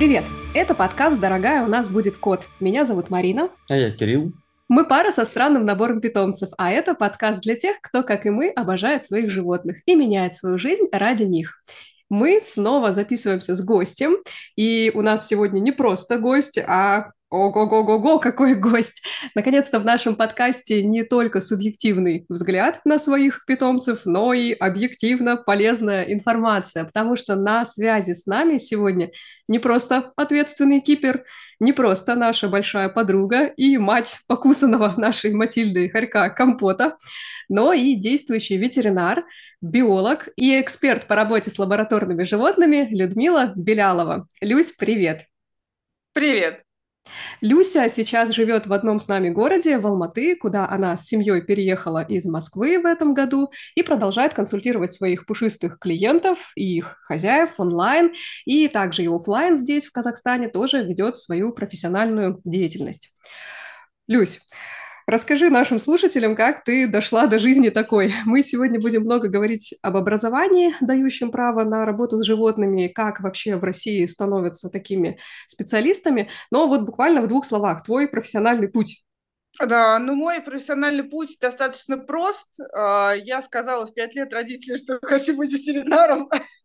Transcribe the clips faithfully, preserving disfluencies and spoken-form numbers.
Привет! Это подкаст «Дорогая, у нас будет кот». Меня зовут Марина. А я Кирилл. Мы пара со странным набором питомцев, а это подкаст для тех, кто, как и мы, обожает своих животных и меняет свою жизнь ради них. Мы снова записываемся с гостем, и у нас сегодня не просто гость, а ого-го-го-го, какой гость! Наконец-то в нашем подкасте не только субъективный взгляд на своих питомцев, но и объективно полезная информация, потому что на связи с нами сегодня не просто ответственный кипер, не просто наша большая подруга и мать покусанного нашей Матильды хорька Компота, но и действующий ветеринар, биолог и эксперт по работе с лабораторными животными Людмила Белялова. Люсь, привет! Привет! Люся сейчас живет в одном с нами городе, в Алматы, куда она с семьей переехала из Москвы в этом году и продолжает консультировать своих пушистых клиентов и их хозяев онлайн, и также и офлайн здесь, в Казахстане, тоже ведет свою профессиональную деятельность. Люсь, расскажи нашим слушателям, как ты дошла до жизни такой. Мы сегодня будем много говорить об образовании, дающем право на работу с животными, как вообще в России становятся такими специалистами. Но вот буквально в двух словах, твой профессиональный путь. Да, ну мой профессиональный путь достаточно прост. А, Я сказала в пять лет родителям, что хочу быть ветеринаром.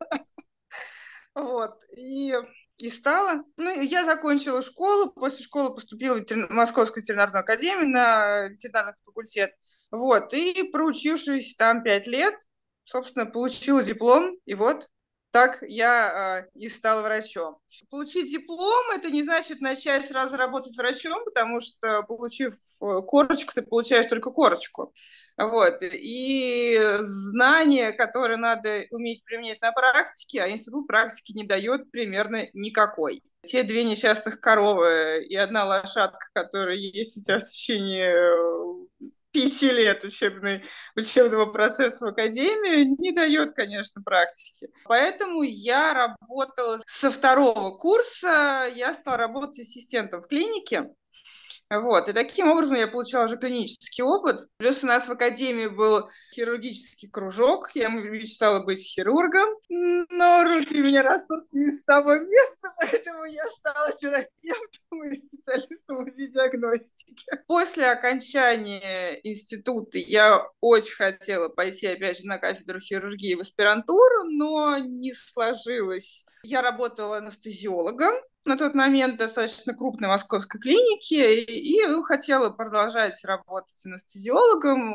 Вот. И, и стала. Ну, я закончила школу. После школы поступила в ветерин- Московскую ветеринарную академию на ветеринарный факультет. Вот. И проучившись там пять лет, собственно, получила диплом. И вот так я э, и стала врачом. Получить диплом – это не значит начать сразу работать врачом, потому что, получив э, корочку, ты получаешь только корочку. Вот. И знания, которые надо уметь применять на практике, а институт практики не дает примерно никакой. Те две несчастных коровы и одна лошадка, которые есть у тебя в течение э, пяти лет учебной, учебного процесса в академии, не дает, конечно, практики. Поэтому я работала со второго курса, я стала работать ассистентом в клинике. Вот. И таким образом я получала уже клинический опыт. Плюс у нас в академии был хирургический кружок. Я мечтала быть хирургом, но руки у меня растут не с того места, поэтому я стала терапевтом и специалистом УЗИ-диагностики. После окончания института я очень хотела пойти, опять же, на кафедру хирургии в аспирантуру, но не сложилось. Я работала анестезиологом на тот момент достаточно крупной московской клинике, и ну, хотела продолжать работать анестезиологом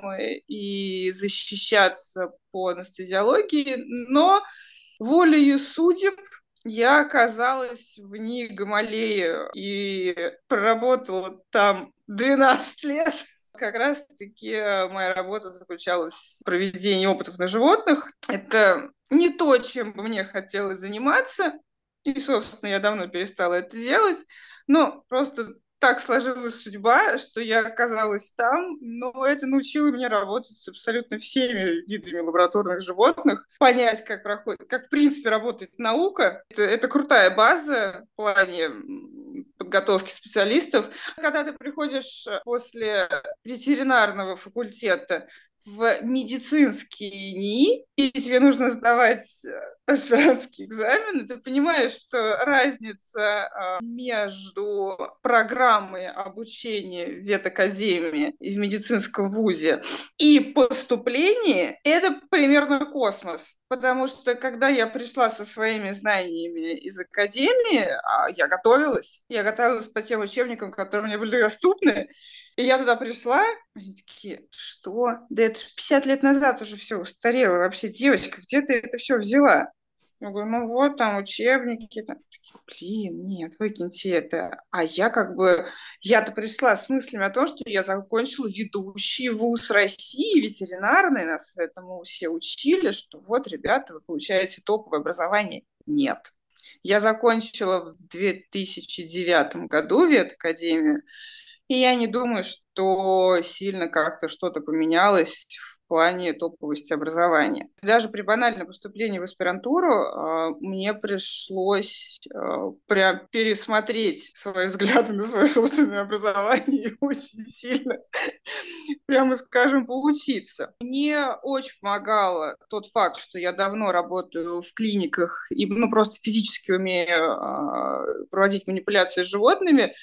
и защищаться по анестезиологии, но волею судеб я оказалась в НИИ Гамалея и проработала там двенадцать лет. Как раз-таки моя работа заключалась в проведении опытов на животных. Это не то, чем бы мне хотелось заниматься, и, собственно, я давно перестала это делать, но просто так сложилась судьба, что я оказалась там, но это научило меня работать с абсолютно всеми видами лабораторных животных, понять, как проходит, как в принципе работает наука. Это, это крутая база в плане подготовки специалистов. Когда ты приходишь после ветеринарного факультета в медицинский НИИ, и тебе нужно сдавать аспирантские экзамены, ты понимаешь, что разница между программой обучения в ветакадемии и в медицинском вузе и поступление – это примерно космос. Потому что, когда я пришла со своими знаниями из академии, я готовилась. Я готовилась по тем учебникам, которые мне были доступны. И я туда пришла, они такие, что? Да это же пятьдесят лет назад уже все устарело. Вообще, девочка, где ты это все взяла? Я говорю, ну вот там учебники. Там. Блин, нет, выкиньте это. А я как бы, я-то пришла с мыслями о том, что я закончила ведущий вуз России, ветеринарный, нас этому все учили, что вот, ребята, вы получаете топовое образование. Нет. Я закончила в две тысячи девятом году ветакадемию, и я не думаю, что сильно как-то что-то поменялось в плане топовости образования. Даже при банальном поступлении в аспирантуру э, мне пришлось э, прям пересмотреть свои взгляды на свое собственное образование и очень сильно, прямо скажем, поучиться. Мне очень помогало тот факт, что я давно работаю в клиниках и ну, просто физически умею э, проводить манипуляции с животными,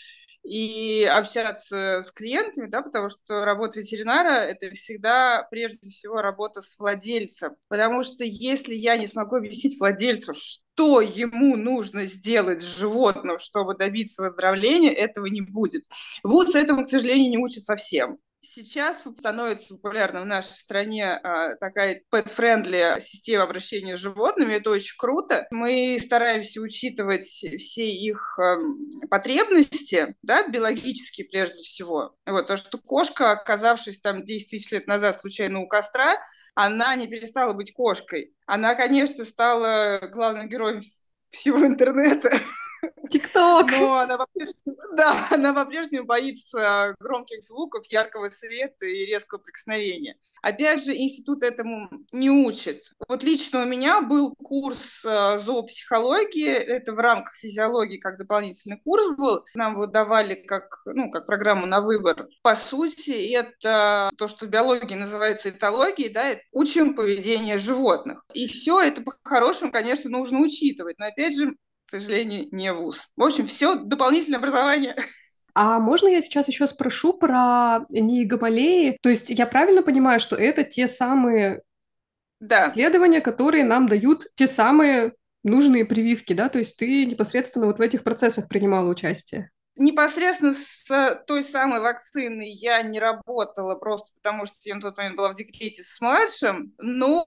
и общаться с клиентами, да, потому что работа ветеринара – это всегда прежде всего работа с владельцем. Потому что если я не смогу объяснить владельцу, что ему нужно сделать с животным, чтобы добиться выздоровления, этого не будет. ВУЗ этому, к сожалению, не учат совсем. Сейчас становится популярна в нашей стране а, такая pet-friendly система обращения с животными. Это очень круто. Мы стараемся учитывать все их а, потребности, да, биологические прежде всего. Вот, то, что кошка, оказавшись там десять тысяч лет назад случайно у костра, она не перестала быть кошкой. Она, конечно, стала главным героем всего интернета. ТикТок. Но она по-прежнему, да, она по-прежнему боится громких звуков, яркого света и резкого прикосновения. Опять же, институт этому не учит. Вот лично у меня был курс э, зоопсихологии, это в рамках физиологии, как дополнительный курс был. Нам его давали как, ну, как программу на выбор. По сути, это то, что в биологии называется этологией, да, учим поведение животных. И все это по-хорошему, конечно, нужно учитывать. Но опять же, к сожалению, не вуз. В общем, все дополнительное образование. А можно я сейчас еще спрошу про нейгомалеи? То есть я правильно понимаю, что это те самые Да. исследования, которые нам дают те самые нужные прививки, да? То есть ты непосредственно вот в этих процессах принимала участие? Непосредственно с той самой вакциной я не работала, просто потому что я на тот момент была в декрете с младшим, но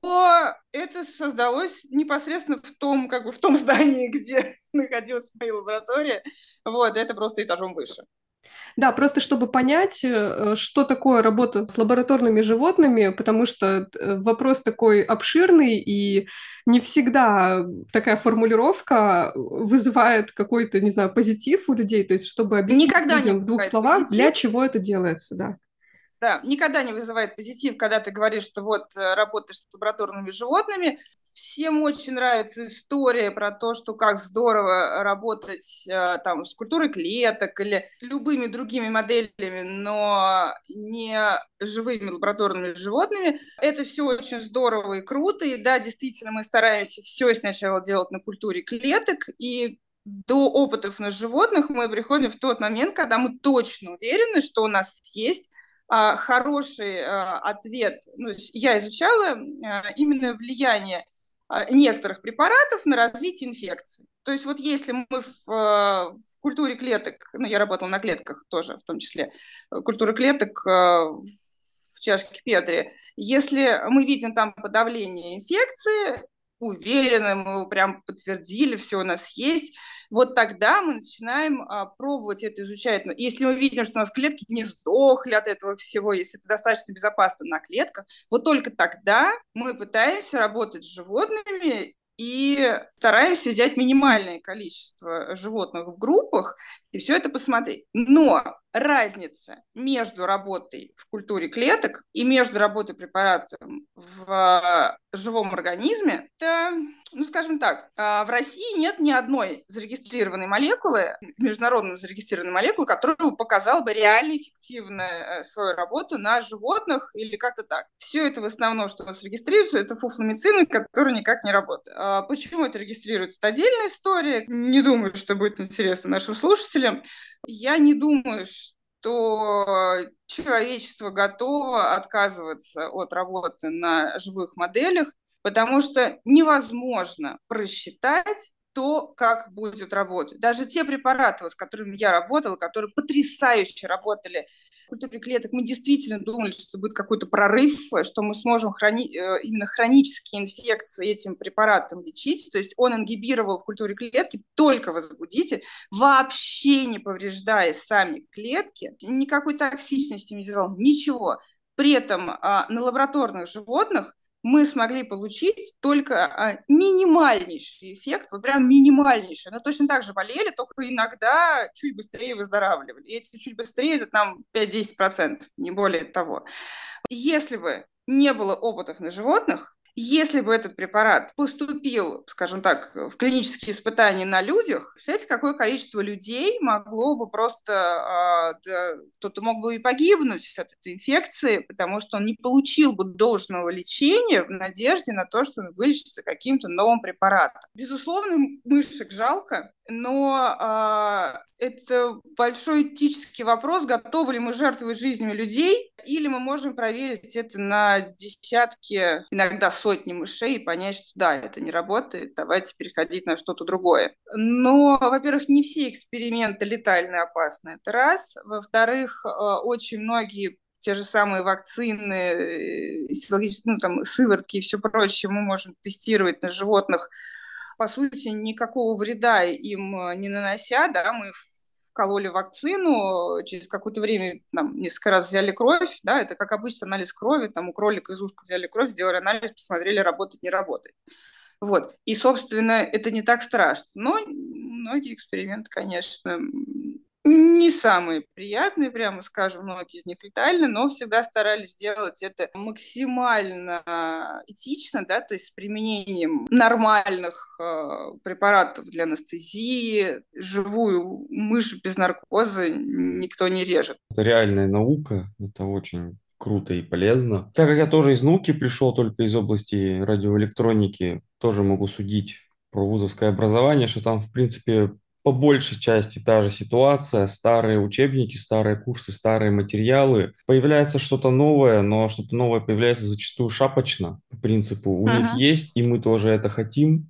это создалось непосредственно в том, как бы в том здании, где находилась моя лаборатория. Вот, это просто этажом выше. Да, просто чтобы понять, э, что такое работа с лабораторными животными, потому что э, вопрос такой обширный, и не всегда такая формулировка вызывает какой-то, не знаю, позитив у людей, то есть чтобы объяснить Никогда не людям в двух вызывает словах, позитив. для чего это делается, да. Да, никогда не вызывает позитив, когда ты говоришь, что вот э, работаешь с лабораторными животными. Всем очень нравится история про то, что как здорово работать э, там с культурой клеток или любыми другими моделями, но не живыми лабораторными животными. Это все очень здорово и круто. И да, действительно, мы стараемся все сначала делать на культуре клеток, и до опытов на животных мы приходим в тот момент, когда мы точно уверены, что у нас есть а, хороший а, ответ. Ну, я изучала а, именно влияние а, некоторых препаратов на развитие инфекций. То есть вот если мы в, а, в культуре клеток, ну, я работала на клетках тоже, в том числе, культура клеток а, в чашке Петри, если мы видим там подавление инфекции, уверены, мы его прям подтвердили, все у нас есть, вот тогда мы начинаем а, пробовать это изучать. Но если мы видим, что у нас клетки не сдохли от этого всего, если это достаточно безопасно на клетках, вот только тогда мы пытаемся работать с животными и стараемся взять минимальное количество животных в группах и все это посмотреть. Но разница между работой в культуре клеток и между работой препаратом в живом организме, это, ну, скажем так, в России нет ни одной зарегистрированной молекулы, международно зарегистрированной молекулы, которая бы показала бы реально эффективную свою работу на животных или как-то так. Все это в основном, что у нас регистрируется, это фуфломицины, которые никак не работают. А почему это регистрируется? Это отдельная история. Не думаю, что будет интересно нашим слушателям. Я не думаю, что человечество готово отказываться от работы на живых моделях, потому что невозможно просчитать то, как будет работать. Даже те препараты, с которыми я работала, которые потрясающе работали в культуре клеток, мы действительно думали, что будет какой-то прорыв, что мы сможем хрони... именно хронические инфекции этим препаратом лечить. То есть он ингибировал в культуре клетки только возбудитель, вообще не повреждая сами клетки, никакой токсичности не вызывал, ничего. При этом а, на лабораторных животных мы смогли получить только а, минимальнейший эффект, вот прям минимальнейший. Но точно так же болели, только иногда чуть быстрее выздоравливали. И эти чуть быстрее, это там пять-десять процентов, не более того. Если бы не было опытов на животных. Если бы этот препарат поступил, скажем так, в клинические испытания на людях, представляете, какое количество людей могло бы просто, а, да, кто-то мог бы и погибнуть от этой инфекции, потому что он не получил бы должного лечения в надежде на то, что он вылечится каким-то новым препаратом. Безусловно, мышек жалко, но а, это большой этический вопрос, готовы ли мы жертвовать жизнями людей, или мы можем проверить это на десятки, иногда сотни мышей и понять, что да, это не работает, давайте переходить на что-то другое. Но, во-первых, не все эксперименты летально опасны, это раз. Во-вторых, очень многие те же самые вакцины, ну, там, сыворотки и все прочее мы можем тестировать на животных, по сути, никакого вреда им не нанося, да, мы вкололи вакцину, через какое-то время нам несколько раз взяли кровь, да, это как обычно анализ крови, там у кролика из ушка взяли кровь, сделали анализ, посмотрели, работает, не работает. Вот. И, собственно, это не так страшно. Но многие эксперименты, конечно, не самые приятные, прямо скажем, многие из них летальны, но всегда старались сделать это максимально этично, да, то есть с применением нормальных э, препаратов для анестезии. Живую мышь без наркоза никто не режет. Это реальная наука, это очень круто и полезно. Так как я тоже из науки пришел, только из области радиоэлектроники, тоже могу судить про вузовское образование, что там, в принципе, по большей части та же ситуация, старые учебники, старые курсы, старые материалы. Появляется что-то новое, но что-то новое появляется зачастую шапочно. По принципу, у них Ага. есть, и мы тоже это хотим.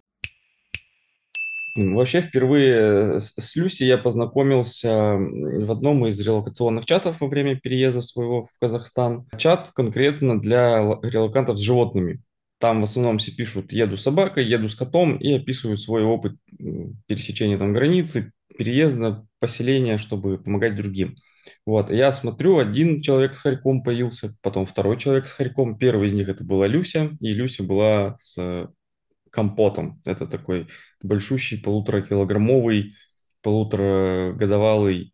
Вообще, впервые с с Люси я познакомился в одном из релокационных чатов во время переезда своего в Казахстан. Чат конкретно для л- релокантов с животными. Там в основном все пишут «еду с собакой», «еду с котом» и описывают свой опыт м, пересечения там границы, переезда, поселения, чтобы помогать другим. Вот, я смотрю, один человек с хорьком появился, потом второй человек с хорьком. Первый из них это была Люся, и Люся была с компотом. Это такой большущий полуторакилограммовый, полуторагодовалый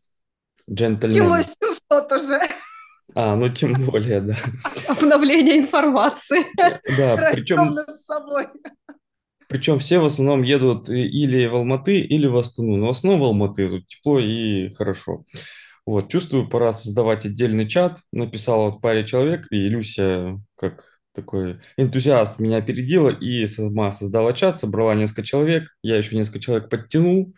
Кило джентльмен. семьсот уже. А, ну тем более, да. Обновление информации. Да, Растем причем, над собой. причем все в основном едут и- или в Алматы, или в Астану. Но в основном в Алматы, тут тепло и хорошо. Вот, чувствую, пора создавать отдельный чат. Написала вот паре человек, и Люся, как такой энтузиаст, меня опередила и сама создала чат, собрала несколько человек. Я еще несколько человек подтянул,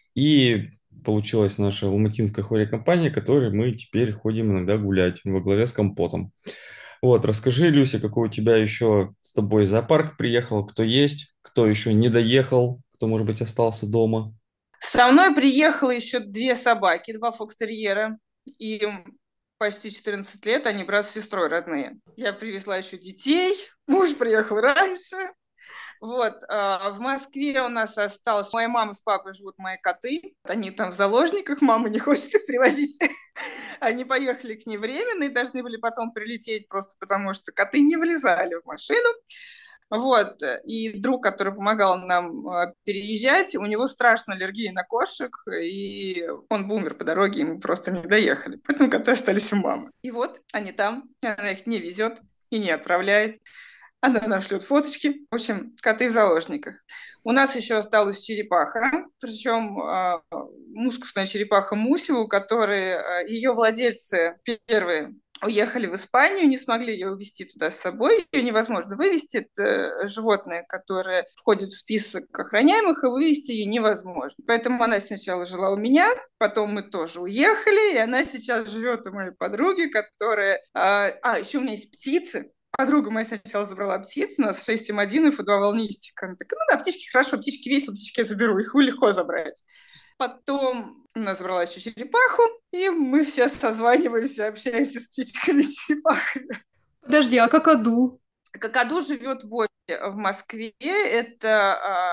и получилась наша алматинская хоря-компания, которой мы теперь ходим иногда гулять во главе с Компотом. Вот, расскажи, Люся, какой у тебя еще с тобой зоопарк приехал, кто есть, кто еще не доехал, кто, может быть, остался дома. Со мной приехало еще две собаки, два фокстерьера. Им почти четырнадцать лет, они брат с сестрой родные. Я привезла еще детей, муж приехал раньше. Вот, а в Москве у нас осталось, моя мама с папой живут мои коты, они там в заложниках, мама не хочет их привозить. Они поехали к ней временно и должны были потом прилететь просто потому, что коты не влезали в машину. Вот, и друг, который помогал нам э, переезжать, у него страшная аллергия на кошек, и он бы умер по дороге, и мы просто не доехали. Поэтому коты остались у мамы. И вот они там, и она их не везет и не отправляет. Она нам шлет фоточки. В общем, коты в заложниках. У нас еще осталась черепаха, причем э, мускусная черепаха Мусева, у которой э, ее владельцы первые уехали в Испанию, не смогли ее увезти туда с собой. Ее невозможно вывести. Это животное, которое входит в список охраняемых, и вывести ее невозможно. Поэтому она сначала жила у меня, потом мы тоже уехали, и она сейчас живет у моей подруги, которая... А, а еще у меня есть птицы. Подруга моя сначала забрала птиц, у нас шесть эм один и два волнистика. Она такая, ну да, птички хорошо, птички весело, птички я заберу, их легко забрать. Потом она забрала еще черепаху, и мы все созваниваемся, общаемся с птичками и черепахами. Подожди, а какаду? Какаду живет в Осе в Москве. Это а,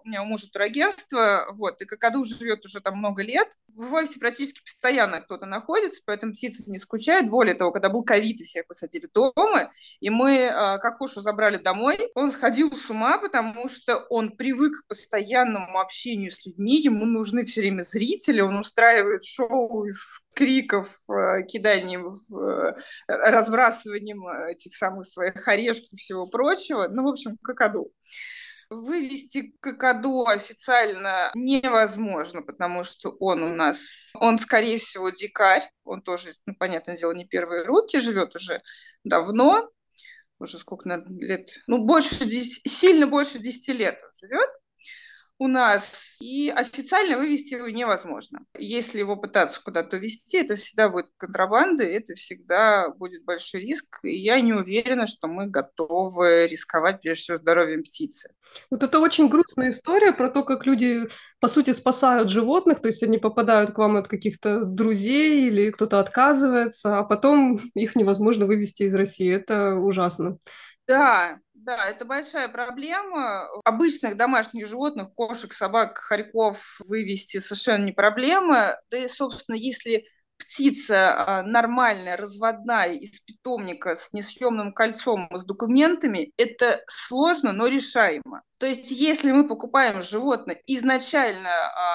у меня у мужа турагентство, вот, и какаду живет уже там много лет. В офисе практически постоянно кто-то находится, поэтому птицы не скучают. Более того, когда был ковид, и всех посадили дома, и мы Кокошу забрали домой, он сходил с ума, потому что он привык к постоянному общению с людьми, ему нужны все время зрители, он устраивает шоу из криков, киданием, разбрасыванием этих самых своих орешков и всего прочего. Ну, в общем, какаду. Вывести какаду официально невозможно, потому что он у нас, он, скорее всего, дикарь, он тоже, ну, понятное дело, не первые руки, живет уже давно, уже сколько, наверное, лет, ну, больше, сильно больше десяти лет он живет у нас, и официально вывести его невозможно. Если его пытаться куда-то везти, это всегда будет контрабанда, это всегда будет большой риск, и я не уверена, что мы готовы рисковать, прежде всего, здоровьем птицы. Вот это очень грустная история про то, как люди, по сути, спасают животных, то есть они попадают к вам от каких-то друзей или кто-то отказывается, а потом их невозможно вывести из России. Это ужасно. Да, да, это большая проблема. Обычных домашних животных, кошек, собак, хорьков вывести совершенно не проблема. Да и, собственно, если птица нормальная, разводная, из питомника с несъемным кольцом и с документами, это сложно, но решаемо. То есть если мы покупаем животное изначально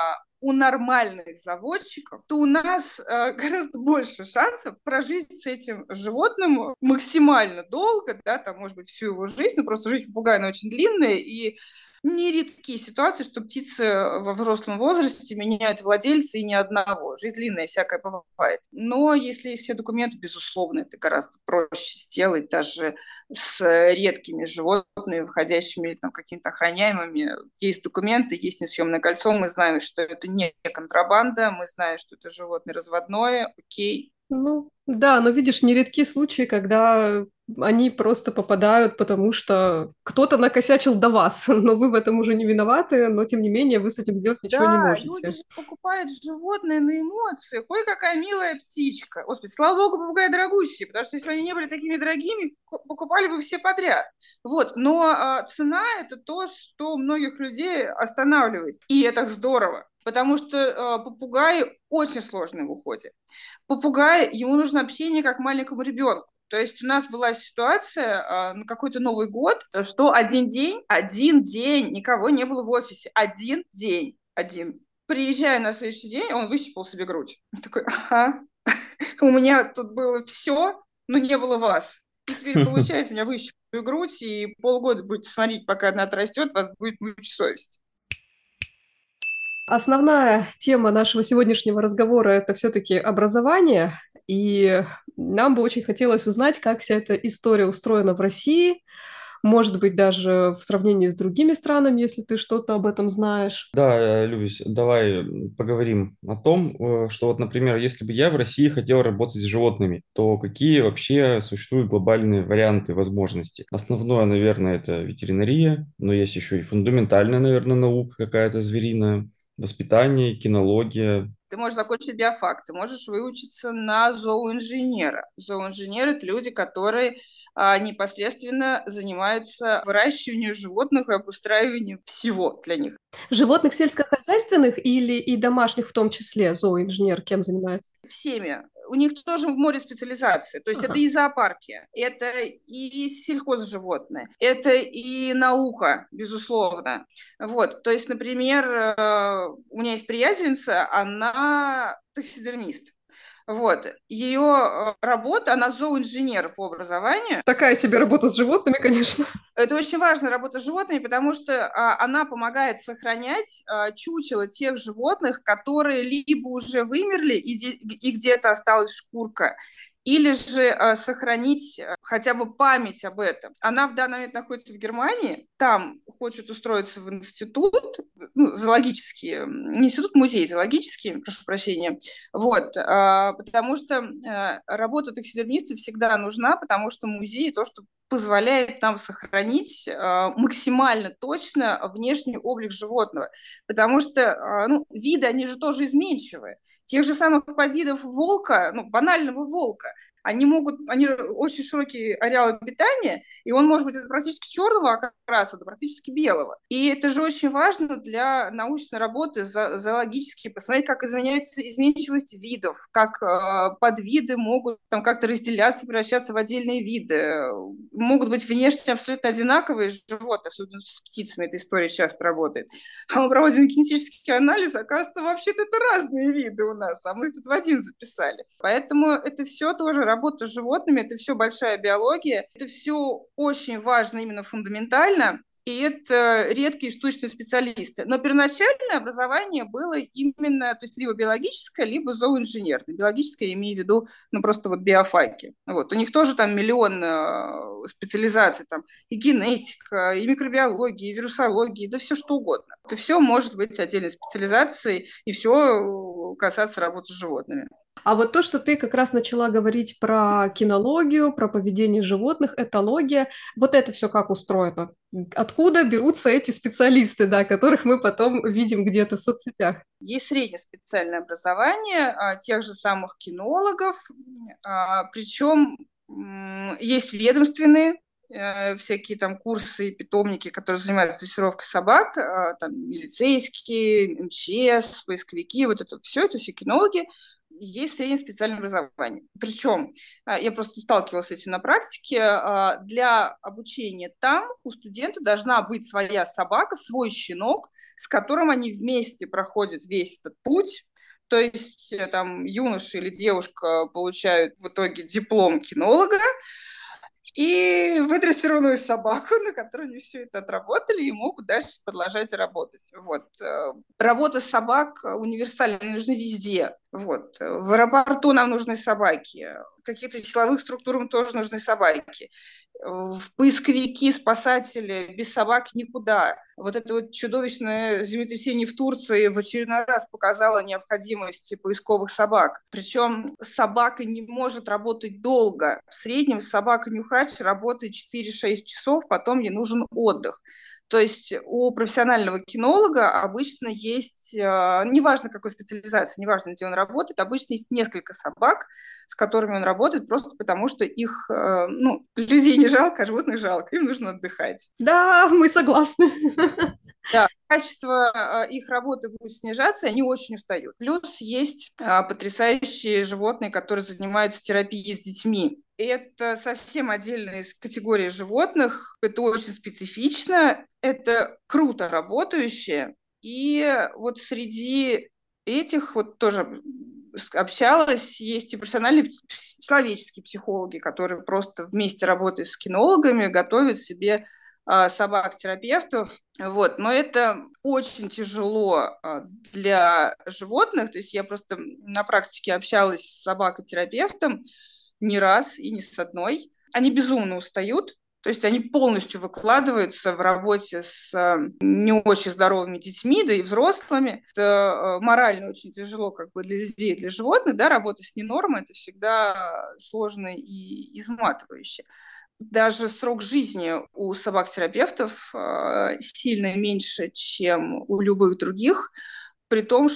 у нормальных заводчиков, то у нас э, гораздо больше шансов прожить с этим животным максимально долго, да, там, может быть, всю его жизнь, но просто жизнь попугая, она очень длинная, и нередкие ситуации, что птицы во взрослом возрасте меняют владельца и ни одного. Жизнь длинная, всякое бывает. Но если есть все документы, безусловно, это гораздо проще сделать даже с редкими животными, выходящими там какими-то охраняемыми. Есть документы, есть несъемное кольцо, мы знаем, что это не контрабанда, мы знаем, что это животное разводное, окей. Ну, да, но видишь, нередки случаи, когда они просто попадают, потому что кто-то накосячил до вас, но вы в этом уже не виноваты, но тем не менее вы с этим сделать ничего не Да, можете. люди же покупают животные на эмоциях. Ой, какая милая птичка. Господи, слава богу, попугаи дорогущие, потому что если бы они не были такими дорогими, покупали бы все подряд. Вот, но а, цена – это то, что многих людей останавливает. И это здорово. Потому что э, попугай очень сложный в уходе. Попугай, ему нужно общение как маленькому ребенку. То есть у нас была ситуация э, на какой-то Новый год, что один день, один день никого не было в офисе. Один день, один. Приезжаю на следующий день, он выщипал себе грудь. Он такой, ага, у меня тут было все, но не было вас. И теперь, получается, у меня выщипали грудь, и полгода будете смотреть, пока она отрастет, вас будет мучить совесть. Основная тема нашего сегодняшнего разговора – это все-таки образование, и нам бы очень хотелось узнать, как вся эта история устроена в России, может быть, даже в сравнении с другими странами, если ты что-то об этом знаешь. Да, Люсь, давай поговорим о том, э, что вот, например, если бы я в России хотел работать с животными, то какие вообще существуют глобальные варианты возможностей? Основное, наверное, это ветеринария, но есть еще и фундаментальная, наверное, наука какая-то звериная, воспитание, кинология. Ты можешь закончить биофак, ты можешь выучиться на зооинженера. Зооинженеры – это люди, которые а, непосредственно занимаются выращиванием животных и обустраиванием всего для них. Животных сельскохозяйственных или и домашних в том числе? Зооинженер кем занимается? Всеми. У них тоже в море специализации. То есть ага. Это и зоопарки, это и сельхозживотные, это и наука, безусловно. Вот. То есть, например, у меня есть приятельница, она таксидермист. Вот. Ее работа, она зооинженер по образованию. Такая себе работа с животными, конечно. Это очень важная работа с животными, потому что а, она помогает сохранять а, чучело тех животных, которые либо уже вымерли и, и где-то осталась шкурка, или же а, сохранить а, хотя бы память об этом. Она в данный момент находится в Германии, там хочет устроиться в институт, ну, зоологический, не институт, музей зоологический, прошу прощения, вот, а, потому что а, работа таксидермиста всегда нужна, потому что музей то, что позволяет нам сохранить э, максимально точно внешний облик животного. Потому что э, ну, виды, они же тоже изменчивые. Тех же самых подвидов волка, ну, банального волка, они могут, они очень широкий ареал обитания, и он может быть от практически черного окраса до практически белого. И это же очень важно для научной работы зо- зоологически, посмотреть, как изменяется изменчивость видов, как э, подвиды могут там как-то разделяться, превращаться в отдельные виды. Могут быть внешне абсолютно одинаковые животные, особенно с птицами эта история часто работает. А мы проводим кинетический анализ, оказывается, вообще-то это разные виды у нас, а мы тут в один записали. Поэтому это все тоже работа с животными, это все большая биология, это все очень важно именно фундаментально, и это редкие штучные специалисты. Но первоначальное образование было именно, то есть либо биологическое, либо зооинженерное. Биологическое, я имею в виду, ну, просто вот биофаки. Вот. У них тоже там миллион э, специализаций, там и генетика, и микробиология, и вирусология, да все что угодно. Это все может быть отдельной специализацией, и все касаться работы с животными. А вот то, что ты как раз начала говорить про кинологию, про поведение животных, этология, вот это все как устроено? Откуда берутся эти специалисты, да, которых мы потом видим где-то в соцсетях? Есть среднее специальное образование а, тех же самых кинологов, а, причем м, есть ведомственные э, всякие там курсы и питомники, которые занимаются дрессировкой собак, а, там милицейские, эм че эс, поисковики, вот это все, это все кинологи. Есть среднее специальное образование. Причем, а, я просто сталкивалась с этим на практике, а, для обучения там у студента должна быть своя собака, свой щенок, с которым они вместе проходят весь этот путь. То есть э, там юноша или девушка получают в итоге диплом кинолога и выдрессированную собаку, на которой они все это отработали и могут дальше продолжать работать. Вот. э, Работа собак универсальна, они нужны везде. Вот. В аэропорту нам нужны собаки, в каких-то силовых структурам тоже нужны собаки. В поисковики, спасатели, без собак никуда. Вот это вот чудовищное землетрясение в Турции в очередной раз показало необходимость поисковых собак. Причем собака не может работать долго. В среднем собака-нюхач работает четыре-шесть часов, потом ей нужен отдых. То есть у профессионального кинолога обычно есть, э, неважно какой специализации, неважно, где он работает, обычно есть несколько собак, с которыми он работает, просто потому что их, э, ну, людей не жалко, а животных жалко, им нужно отдыхать. Да, мы согласны. Да, качество э, их работы будет снижаться, и они очень устают. Плюс есть э, потрясающие животные, которые занимаются терапией с детьми. Это совсем отдельная категория животных, это очень специфично, это круто работающие. И вот среди этих вот тоже общалась, есть и профессиональные человеческие психологи, которые просто вместе работают с кинологами, готовят себе а, собак-терапевтов. Вот. Но это очень тяжело а, для животных. То есть я просто на практике общалась с собакой-терапевтом не раз и не с одной. Они безумно устают. То есть они полностью выкладываются в работе с э, не очень здоровыми детьми, да и взрослыми. Это э, морально очень тяжело как бы для людей, для животных, да, работа с ненормой – это всегда сложно и изматывающе. Даже срок жизни у собак-терапевтов э, сильно меньше, чем у любых других, при том,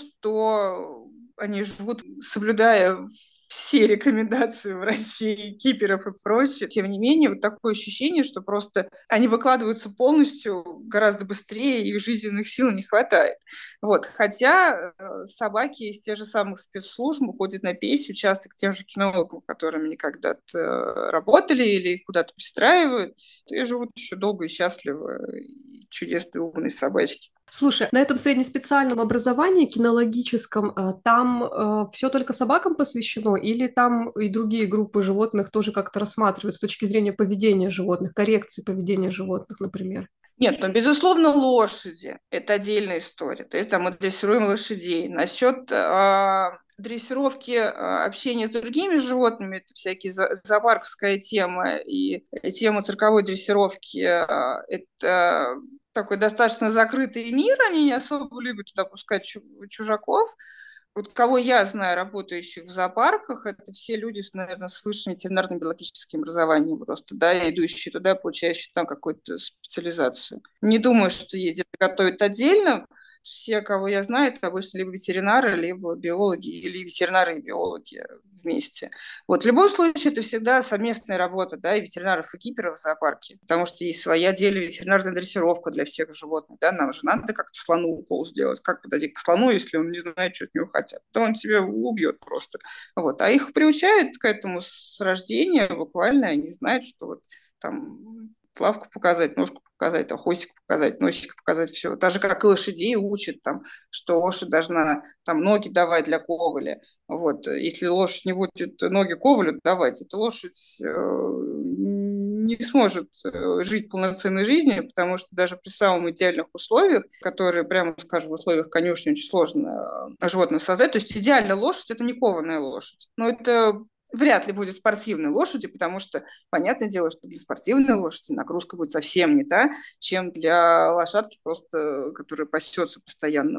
что они живут, соблюдая все рекомендации врачей, киперов и прочее. Тем не менее, вот такое ощущение, что просто они выкладываются полностью гораздо быстрее, и жизненных сил не хватает. Вот. Хотя э, собаки из тех же самых спецслужб ходят на пенсию часто к тем же кинологам, которыми они когда-то э, работали или их куда-то пристраивают, и живут еще долго и счастливо, и чудесные умные собачки. Слушай, на этом среднеспециальном образовании кинологическом э, там все только собакам посвящено или там и другие группы животных тоже как-то рассматривают с точки зрения поведения животных, коррекции поведения животных, например? Нет, ну, безусловно, лошади – это отдельная история. То есть там мы дрессируем лошадей. Насчет э, дрессировки, э, общения с другими животными – это всякие за- зоопарковская тема и тема цирковой дрессировки э, – это такой достаточно закрытый мир, они не особо любят туда пускать чу- чужаков. Вот кого я знаю, работающих в зоопарках, это все люди, наверное, с высшим ветеринарно-биологическим образованием просто, да, идущие туда, получающие там какую-то специализацию. Не думаю, что есть где-то готовят отдельно. Все, кого я знаю, это обычно либо ветеринары, либо биологи, или ветеринары и биологи вместе. Вот в любом случае это всегда совместная работа, да, и ветеринаров, и киперов в зоопарке, потому что есть своя отдельная ветеринарная дрессировка для всех животных, да, нам же надо как-то слону укол сделать, как подойти к слону, если он не знает, что от него хотят, то он тебя убьет просто. Вот. А их приучают к этому с рождения буквально, они знают, что вот там лавку показать, ножку показать, там, хвостик показать, носик показать, все. Даже как и лошадей учат, там, что лошадь должна там, ноги давать для ковыля. Вот. Если лошадь не будет ноги ковылю давать, эта лошадь э, не сможет э, жить полноценной жизнью, потому что даже при самых идеальных условиях, которые, прямо скажем, в условиях конюшни очень сложно э, животное создать, то есть идеальная лошадь – это не кованая лошадь. Но это вряд ли будет спортивной лошади, потому что, понятное дело, что для спортивной лошади нагрузка будет совсем не та, чем для лошадки, просто, которая пасется постоянно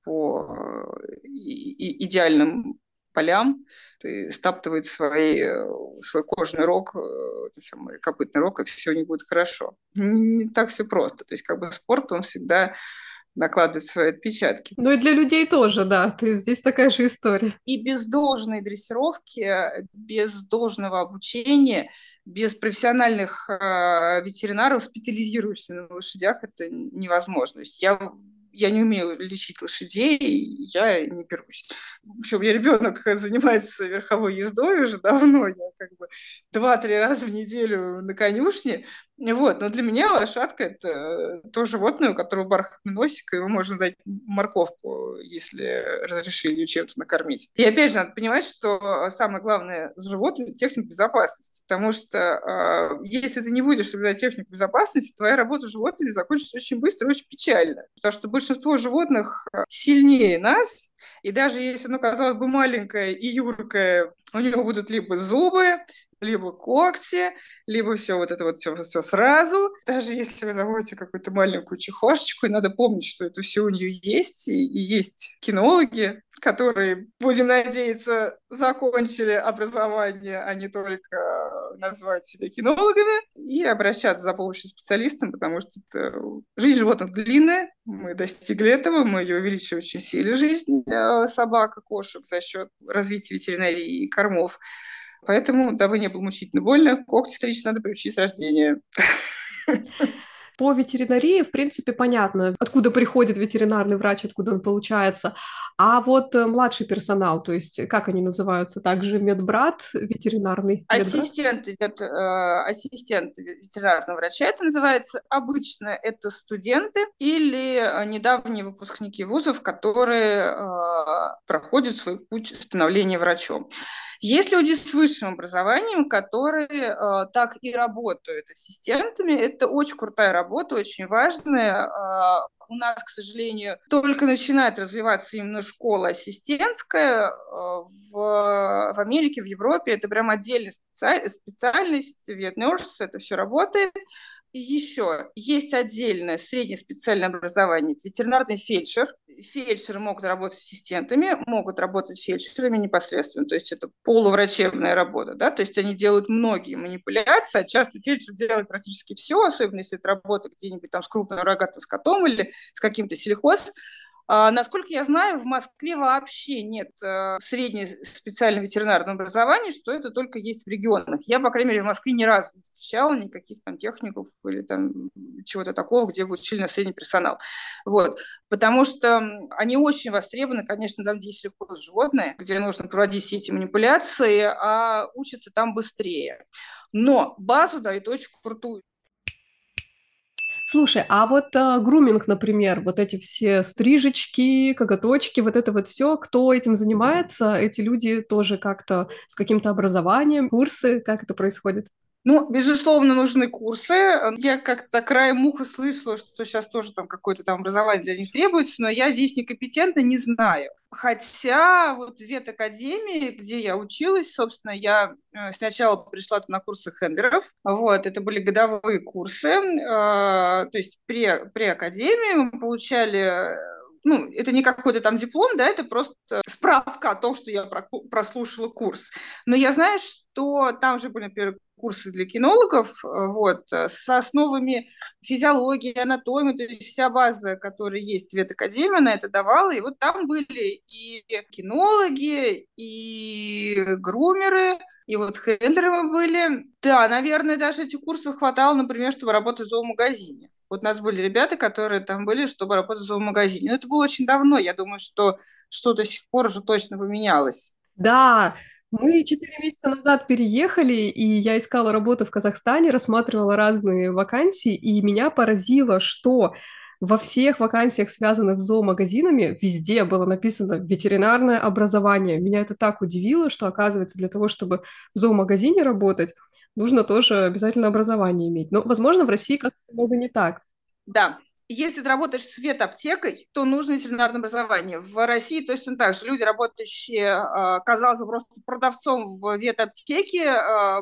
по и- идеальным полям, ты стаптывает свои, свой кожный рог, самый копытный рог, и все у них будет хорошо. Не так все просто. То есть как бы спорт, он всегда накладывает свои отпечатки. Ну и для людей тоже, да, ты, здесь такая же история. И без должной дрессировки, без должного обучения, без профессиональных э, ветеринаров, специализирующихся на лошадях, это невозможно. То есть я я не умею лечить лошадей, я не берусь. Причем у меня ребенок занимается верховой ездой уже давно, я как бы два-три раза в неделю на конюшне. Вот. Но для меня лошадка – это то животное, у которого бархатный носик, и ему можно дать морковку, если разрешили ее чем-то накормить. И опять же, надо понимать, что самое главное с животным – техника безопасности. Потому что э, если ты не будешь соблюдать технику безопасности, твоя работа с животными закончится очень быстро и очень печально. Потому что большинство животных сильнее нас, и даже если оно, казалось бы, маленькое и юркое, у него будут либо зубы, либо когти, либо все вот это вот все, все сразу. Даже если вы заводите какую-то маленькую чехошечку, и надо помнить, что это все у нее есть, и, и есть кинологи, которые, будем надеяться, закончили образование, а не только назвать себя кинологами, и обращаться за помощью к специалистам, потому что это... жизнь животных длинная, мы достигли этого, мы ее увеличили очень сильно, жизнь собак и кошек за счет развития ветеринарии и кормов. Поэтому, дабы не было мучительно больно, когти стричь надо приучить с рождения. По ветеринарии, в принципе, понятно, откуда приходит ветеринарный врач, откуда он получается. А вот младший персонал, то есть как они называются? Также медбрат, ветеринарный медбрат? Ассистент идет, э, ассистент ветеринарного врача, это называется. Обычно это студенты или недавние выпускники вузов, которые э, проходят свой путь становления врачом. Есть люди с высшим образованием, которые э, так и работают ассистентами. Это очень крутая работа, очень важная. Э, у нас, к сожалению, только начинает развиваться именно школа ассистентская. Э, в, в Америке, в Европе это прям отдельная специаль, специальность, ветнерс, это все работает. И еще есть отдельное среднеспециальное образование, это ветеринарный фельдшер. Фельдшеры могут работать ассистентами, могут работать фельдшерами непосредственно, то есть это полуврачебная работа, да, то есть они делают многие манипуляции, а часто фельдшер делает практически все, особенно если это работа где-нибудь там с крупным рогатым скотом или с каким-то сельхоз. А, насколько я знаю, в Москве вообще нет э, среднего специального ветеринарного образования, что это только есть в регионах. Я, по крайней мере, в Москве ни разу не встречала никаких там техников или там чего-то такого, где бы учили на средний персонал. Вот. Потому что они очень востребованы, конечно, там, где есть сельхоз животные, где нужно проводить все эти манипуляции, а учатся там быстрее. Но базу дают очень крутую. Слушай, а вот э, груминг, например, вот эти все стрижечки, коготочки, вот это вот все, кто этим занимается? Эти люди тоже как-то с каким-то образованием, курсы, как это происходит? Ну, безусловно, нужны курсы. Я как-то краем уха слышала, что сейчас тоже там какое-то там образование для них требуется, но я здесь некомпетентна, не знаю. Хотя вот в ветакадемии, где я училась, собственно, я сначала пришла на курсы хендлеров. Вот, это были годовые курсы. То есть при, при академии мы получали ну, это не какой-то там диплом, да, это просто справка о том, что я прослушала курс. Но я знаю, что там же были, например, курсы для кинологов, вот, с основами физиологии, анатомии, то есть вся база, которая есть в ветакадемии, она это давала, и вот там были и кинологи, и грумеры, и вот хендлеры мы были. Да, наверное, даже этих курсов хватало, например, чтобы работать в зоомагазине. Вот у нас были ребята, которые там были, чтобы работать в зоомагазине. Но это было очень давно. Я думаю, что что до сих пор уже точно поменялось. Да, мы четыре месяца назад переехали, и я искала работу в Казахстане, рассматривала разные вакансии, и меня поразило, что во всех вакансиях, связанных с зоомагазинами, везде было написано «ветеринарное образование». Меня это так удивило, что, оказывается, для того, чтобы в зоомагазине работать, нужно тоже обязательно образование иметь. Но, возможно, в России как-то много не так. Да. Если ты работаешь с ветаптекой, то нужно ветеринарное образование. В России точно так же. Люди, работающие, казалось бы, просто продавцом в ветаптеке,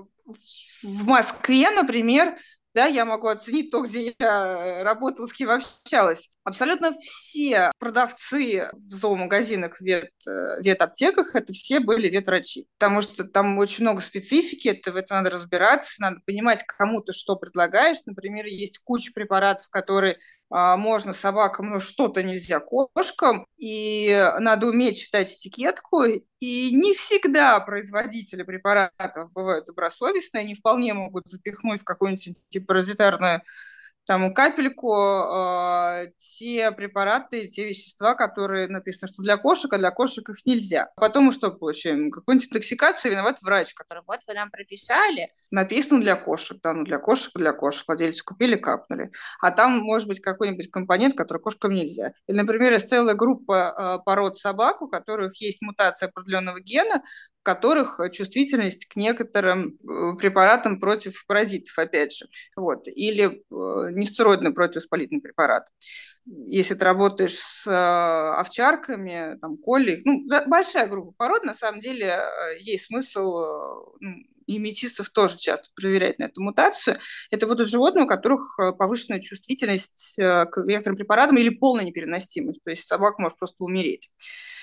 в Москве, например, да, я могу оценить то, где я работала, с кем общалась. Абсолютно все продавцы в зоомагазинах, вет, ветаптеках, это все были ветврачи, потому что там очень много специфики, это, в этом надо разбираться, надо понимать, кому ты что предлагаешь. Например, есть куча препаратов, которые а, можно собакам, но что-то нельзя кошкам, и надо уметь читать этикетку, и не всегда производители препаратов бывают добросовестные, они вполне могут запихнуть в какую-нибудь антипаразитарную там капельку э, те препараты, те вещества, которые написано, что для кошек, а для кошек их нельзя. Потом мы что получаем? Какую-нибудь интоксикацию, виноват врач, который вот вы нам прописали, написано для кошек, да, ну для кошек, для кошек, владельцы купили, капнули. А там может быть какой-нибудь компонент, который кошкам нельзя. Или, например, есть целая группа э, пород собак, у которых есть мутация определенного гена, в которых чувствительность к некоторым препаратам против паразитов, опять же, вот, или нестероидный противовоспалительный препарат. Если ты работаешь с овчарками, там, колли, ну, большая группа пород, на самом деле есть смысл, ну, и метисов тоже часто проверять на эту мутацию. Это будут животные, у которых повышенная чувствительность к некоторым препаратам или полная непереносимость, то есть собака может просто умереть.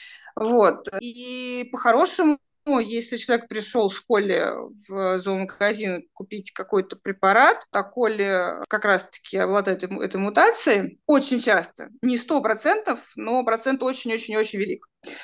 Вот. И по-хорошему, ну, если человек пришел с Колли в зоомагазин купить какой-то препарат, а Колли как раз-таки обладает этой, этой мутацией, очень часто, не сто процентов, но процент очень-очень-очень велик.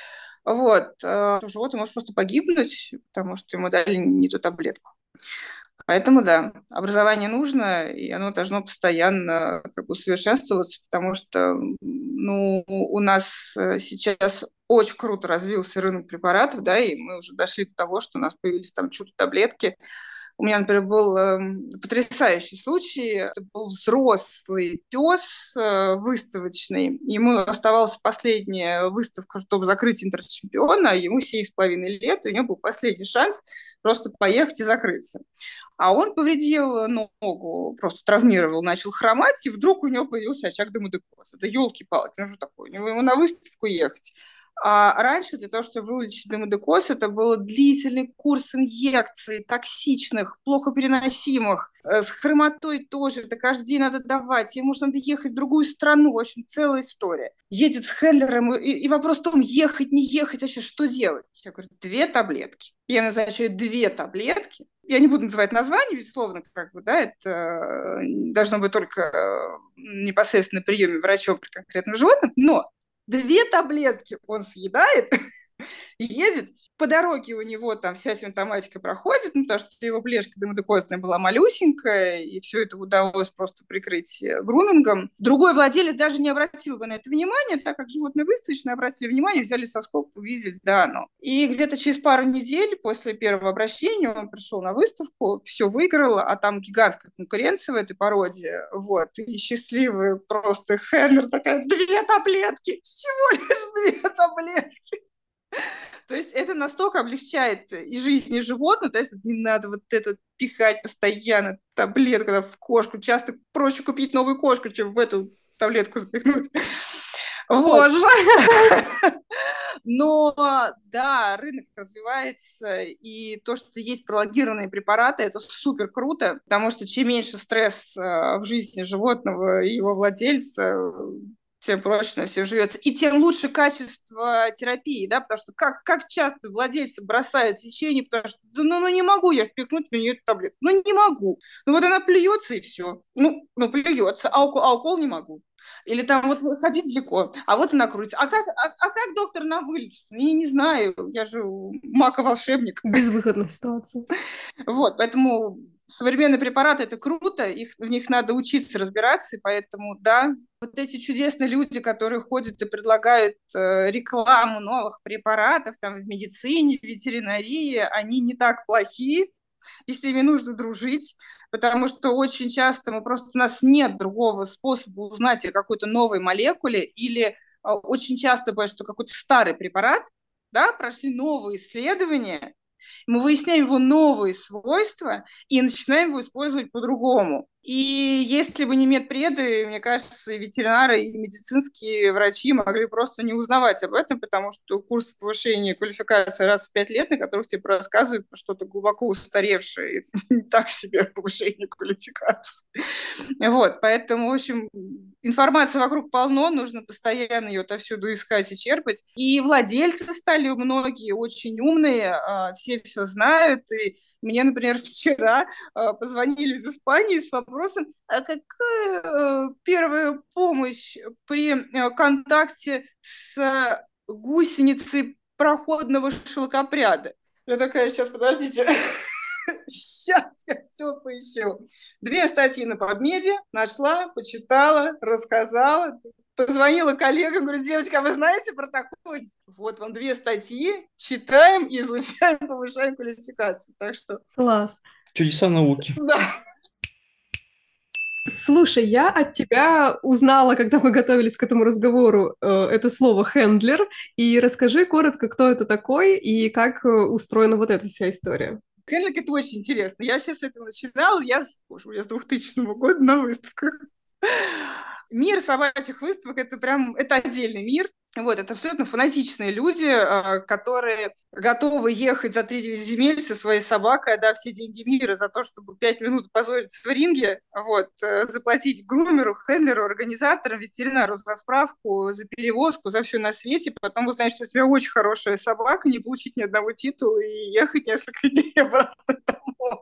Вот. Животное может просто погибнуть, потому что ему дали не ту таблетку. Поэтому, да, образование нужно, и оно должно постоянно как бы усовершенствоваться, потому что, ну, у нас сейчас очень круто развился рынок препаратов, да, и мы уже дошли до того, что у нас появились там чудо-таблетки. У меня, например, был э, потрясающий случай. Это был взрослый пес э, выставочный. Ему оставалась последняя выставка, чтобы закрыть интерчемпиона, а ему семь с половиной лет, и у него был последний шанс просто поехать и закрыться. А он повредил ногу, просто травмировал, начал хромать, и вдруг у него появился очаг демодекоза. Да елки-палки, ну что такое? У него ему на выставку ехать. А раньше для того, чтобы вылечить демодекоз, это был длительный курс инъекций, токсичных, плохо переносимых, с хромотой тоже, это каждый день надо давать, ему нужно надо ехать в другую страну, в общем, целая история. Едет с хендлером, и, и вопрос в том, ехать, не ехать, вообще что делать? Я говорю, две таблетки. Я назначаю две таблетки. Я не буду называть название, безусловно, как бы, да, это должно быть только непосредственно на приеме врачом при конкретном животном, но две таблетки он съедает и едет. По дороге у него там вся симптоматика проходит, ну, потому что его плешка демодекозная была малюсенькая, и все это удалось просто прикрыть грумингом. Другой владелец даже не обратил бы на это внимание, так как животное выставочное, обратили внимание, взяли соскоб, увидели, да, оно. И где-то через пару недель после первого обращения он пришел на выставку, все выиграл, а там гигантская конкуренция в этой породе, вот, и счастливый просто хендлер такая, две таблетки, всего лишь две таблетки. То есть это настолько облегчает и жизнь, и животное, то есть не надо вот это пихать постоянно таблетку да, в кошку. Часто проще купить новую кошку, чем в эту таблетку запихнуть. Вот. Но да, рынок развивается, и то, что есть пролонгированные препараты, это супер круто, потому что чем меньше стресс в жизни животного и его владельца, тем проще на всем живется. И тем лучше качество терапии, да, потому что как, как часто владельцы бросают лечение, потому что ну, ну не могу я впихнуть в нее эту таблетку, ну не могу. Ну вот она плюется и все. Ну, ну плюется, а укол, а укол не могу. Или там вот ходить далеко, а вот она крутится. А как, а, а как доктор на вылечится? Я не знаю, я же мака-волшебник. Безвыходная ситуация. Вот, поэтому современные препараты – это круто, их, в них надо учиться разбираться, и поэтому, да, вот эти чудесные люди, которые ходят и предлагают э, рекламу новых препаратов там в медицине, в ветеринарии, они не так плохи, и с ними нужно дружить, потому что очень часто мы просто, у нас нет другого способа узнать о какой-то новой молекуле, или э, очень часто бывает, что какой-то старый препарат, да, прошли новые исследования, мы выясняем его новые свойства и начинаем его использовать по-другому. И если бы не медпреды, мне кажется, и ветеринары, и медицинские врачи могли просто не узнавать об этом, потому что курс повышения квалификации раз в пять лет, на которых тебе рассказывают что-то глубоко устаревшее, это не так себе повышение квалификации. Вот, поэтому, в общем, информации вокруг полно, нужно постоянно ее отовсюду искать и черпать. И владельцы стали многие очень умные, все все знают, и мне, например, вчера э, позвонили из Испании с вопросом, а какая э, первая помощь при э, контакте с гусеницей проходного шелкопряда? Я такая, сейчас, подождите, сейчас я все поищу. Две статьи на PubMed нашла, почитала, рассказала. Позвонила коллегам, говорю, девочка, а вы знаете про такое? Вот вам две статьи, читаем, изучаем, повышаем квалификацию. Так что... Класс. Чудеса науки. Да. Слушай, я от тебя узнала, когда мы готовились к этому разговору, э, это слово «хендлер», и расскажи коротко, кто это такой и как э, устроена вот эта вся история. Хендлер – это очень интересно. Я сейчас с этого начинала, я, боже мой, я с двухтысячного года на выставках. Мир собачьих выставок – это прям, это отдельный мир. Вот, это абсолютно фанатичные люди, которые готовы ехать за тридевять земель со своей собакой, отдав все деньги мира за то, чтобы пять минут позориться в ринге, вот, заплатить грумеру, хендлеру, организаторам, ветеринару за справку, за перевозку, за все на свете, потом узнать, что у тебя очень хорошая собака, не получить ни одного титула и ехать несколько дней обратно домой.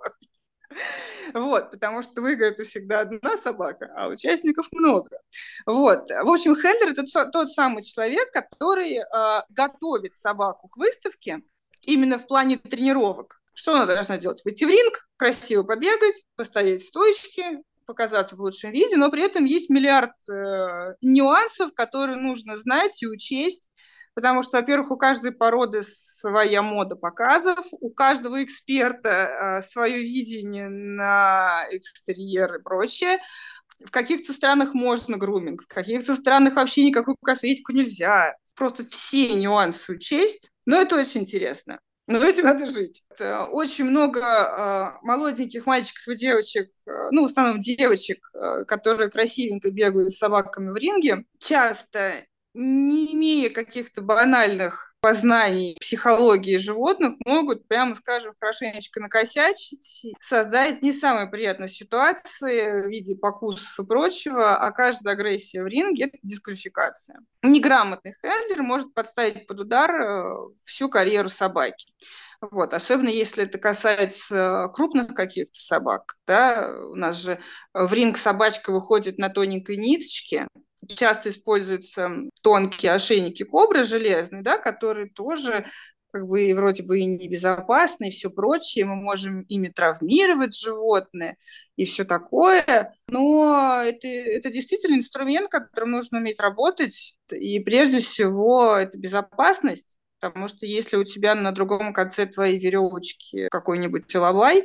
Вот, потому что выиграет всегда одна собака, а участников много. Вот. В общем, хендлер – это тот самый человек, который э, готовит собаку к выставке именно в плане тренировок. Что она должна делать? Выйти в ринг, красиво побегать, постоять в стоечке, показаться в лучшем виде, но при этом есть миллиард э, нюансов, которые нужно знать и учесть. Потому что, во-первых, у каждой породы своя мода показов, у каждого эксперта э, свое видение на экстерьер и прочее. В каких-то странах можно груминг, в каких-то странах вообще никакую косметику нельзя. Просто все нюансы учесть, но это очень интересно. Но этим надо жить. Это очень много э, молоденьких мальчиков и девочек, э, ну, в основном девочек, э, которые красивенько бегают с собаками в ринге, часто не имея каких-то банальных познаний психологии животных, могут, прямо скажем, хорошенечко накосячить, создать не самые приятные ситуации в виде покусов и прочего, а каждая агрессия в ринге – это дисквалификация. Неграмотный хендлер может подставить под удар всю карьеру собаки. Вот, особенно если это касается крупных каких-то собак. Да? У нас же в ринг собачка выходит на тоненькой ниточке. Часто используются тонкие ошейники кобры железные, да, которые тоже как бы вроде бы и небезопасны, и все прочее. Мы можем ими травмировать животное и все такое. Но это, это действительно инструмент, которым нужно уметь работать. И прежде всего это безопасность. Потому что если у тебя на другом конце твоей веревочки какой-нибудь телобай,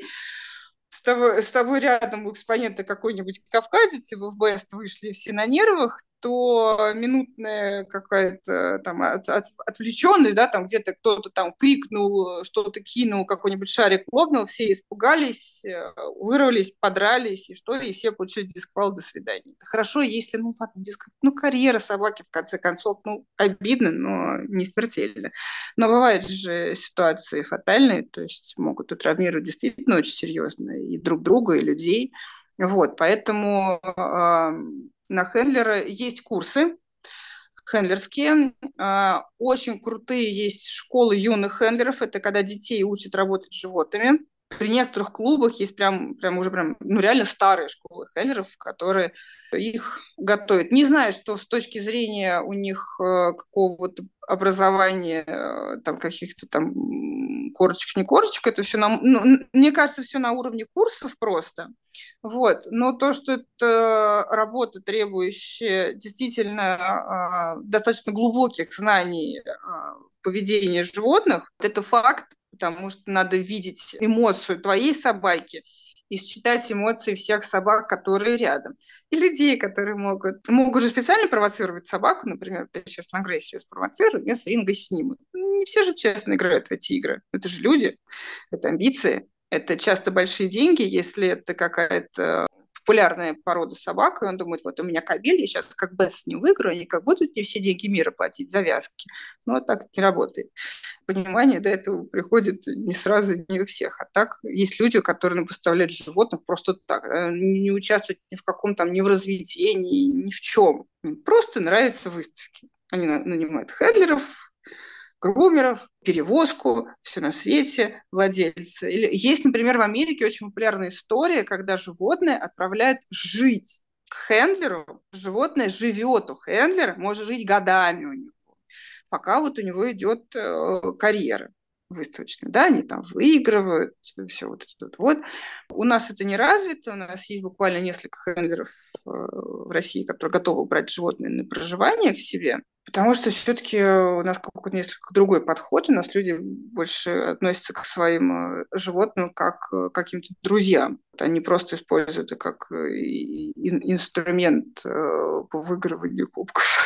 с тобой, с тобой рядом у экспонента какой-нибудь кавказец, и вы в бест вышли все на нервах, то минутная какая-то там от, от, отвлеченность, да, там где-то кто-то там крикнул, что-то кинул, какой-нибудь шарик лопнул, все испугались, вырвались, подрались, и что, и все получили дисквал, до свидания. Хорошо, если, ну, ладно, диск... ну, карьера собаки, в конце концов, ну, обидно, но не смертельно. Но бывают же ситуации фатальные, то есть могут и травмировать действительно очень серьезно и друг друга, и людей. Вот, поэтому э, на хендлера есть курсы, хендлерские. Очень крутые есть школы юных хендлеров. Это когда детей учат работать с животными. При некоторых клубах есть прям, прям уже прям, ну, реально старые школы хендлеров, которые их готовят. Не знаю, что с точки зрения у них э, какого-то образования, э, там каких-то там корочек, не корочек, это все, на, ну, мне кажется, все на уровне курсов просто. Вот. Но то, что это работа, требующая действительно э, достаточно глубоких знаний э, поведения животных, это факт, потому что надо видеть эмоцию твоей собаки и считать эмоции всех собак, которые рядом. И людей, которые могут, могут же специально провоцировать собаку, например, я сейчас на агрессию спровоцирую, ее с ринга снимут. Не все же честно играют в эти игры. Это же люди, это амбиции, это часто большие деньги, если это какая-то популярная порода собак, и он думает, вот у меня кобель, я сейчас как бы с ним выиграю, они как будут мне все деньги мира платить, завязки. Но вот так это не работает. Понимание до этого приходит не сразу, не у всех. А так есть люди, которые выставляют животных просто так, не участвуют ни в каком там, ни в разведении, ни в чем. Им просто нравятся выставки. Они нанимают хендлеров, грумеров, перевозку, все на свете, владельцы. Или есть, например, в Америке очень популярная история, когда животное отправляют жить к хендлеру. Животное живет у хендлера, может жить годами у него, пока вот у него идет э, карьера выставочная. Да, они там выигрывают, все вот это вот. У нас это не развито, у нас есть буквально несколько хендлеров э, в России, которые готовы брать животные на проживание к себе, потому что все-таки у нас какой-то несколько другой подход, у нас люди больше относятся к своим животным как к каким-то друзьям. Они просто используют это как инструмент по выигрыванию кубков.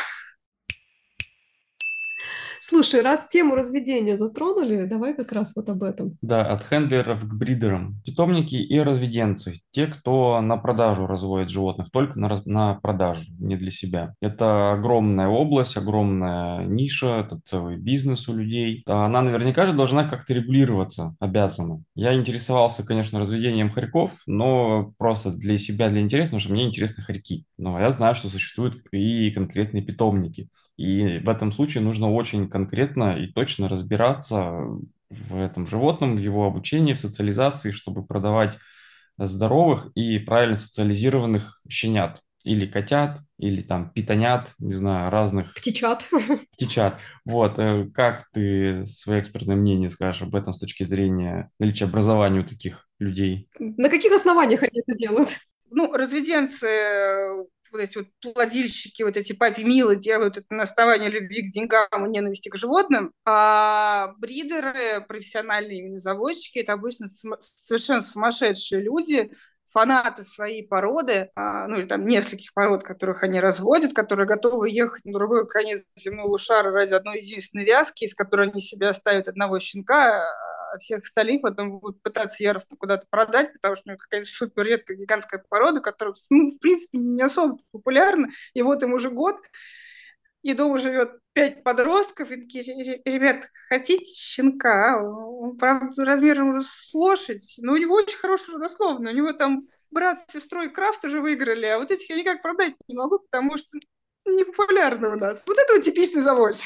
Слушай, раз тему разведения затронули, давай как раз вот об этом. Да, от хендлеров к бридерам. Питомники и разведенцы. Те, кто на продажу разводит животных, только на, раз... на продажу, не для себя. Это огромная область, огромная ниша, это целый бизнес у людей. Она наверняка же должна как-то регулироваться, обязана. Я интересовался, конечно, разведением хорьков, но просто для себя, для интереса, потому что мне интересны хорьки. Но я знаю, что существуют и конкретные питомники. И в этом случае нужно очень конкретно и точно разбираться в этом животном, в его обучении, в социализации, чтобы продавать здоровых и правильно социализированных щенят. Или котят, или там питонят, не знаю, разных... Птичат. Птичат. Вот. Как ты свое экспертное мнение скажешь об этом с точки зрения наличия образования у таких людей? На каких основаниях они это делают? Ну, разведенцы, вот эти вот плодильщики, вот эти папи Милы делают это на основании любви к деньгам и ненависти к животным, а бридеры, профессиональные именно заводчики, это обычно совершенно сумасшедшие люди, фанаты своей породы, ну или там нескольких пород, которых они разводят, которые готовы ехать на другой конец земного шара ради одной единственной вязки, из которой они себе оставят одного щенка, а всех остальных потом будут пытаться яростно куда-то продать, потому что у него какая-то супер редкая гигантская порода, которая, ну, в принципе, не особо популярна, и вот им уже год, и дома живет пять подростков, и такие: ребят, хотите щенка? Он, правда, размером уже с лошадь, но у него очень хороший родословный, у него там брат с сестрой Крафт уже выиграли, а вот этих я никак продать не могу, потому что не популярны у нас. Вот это вот типичный заводчик.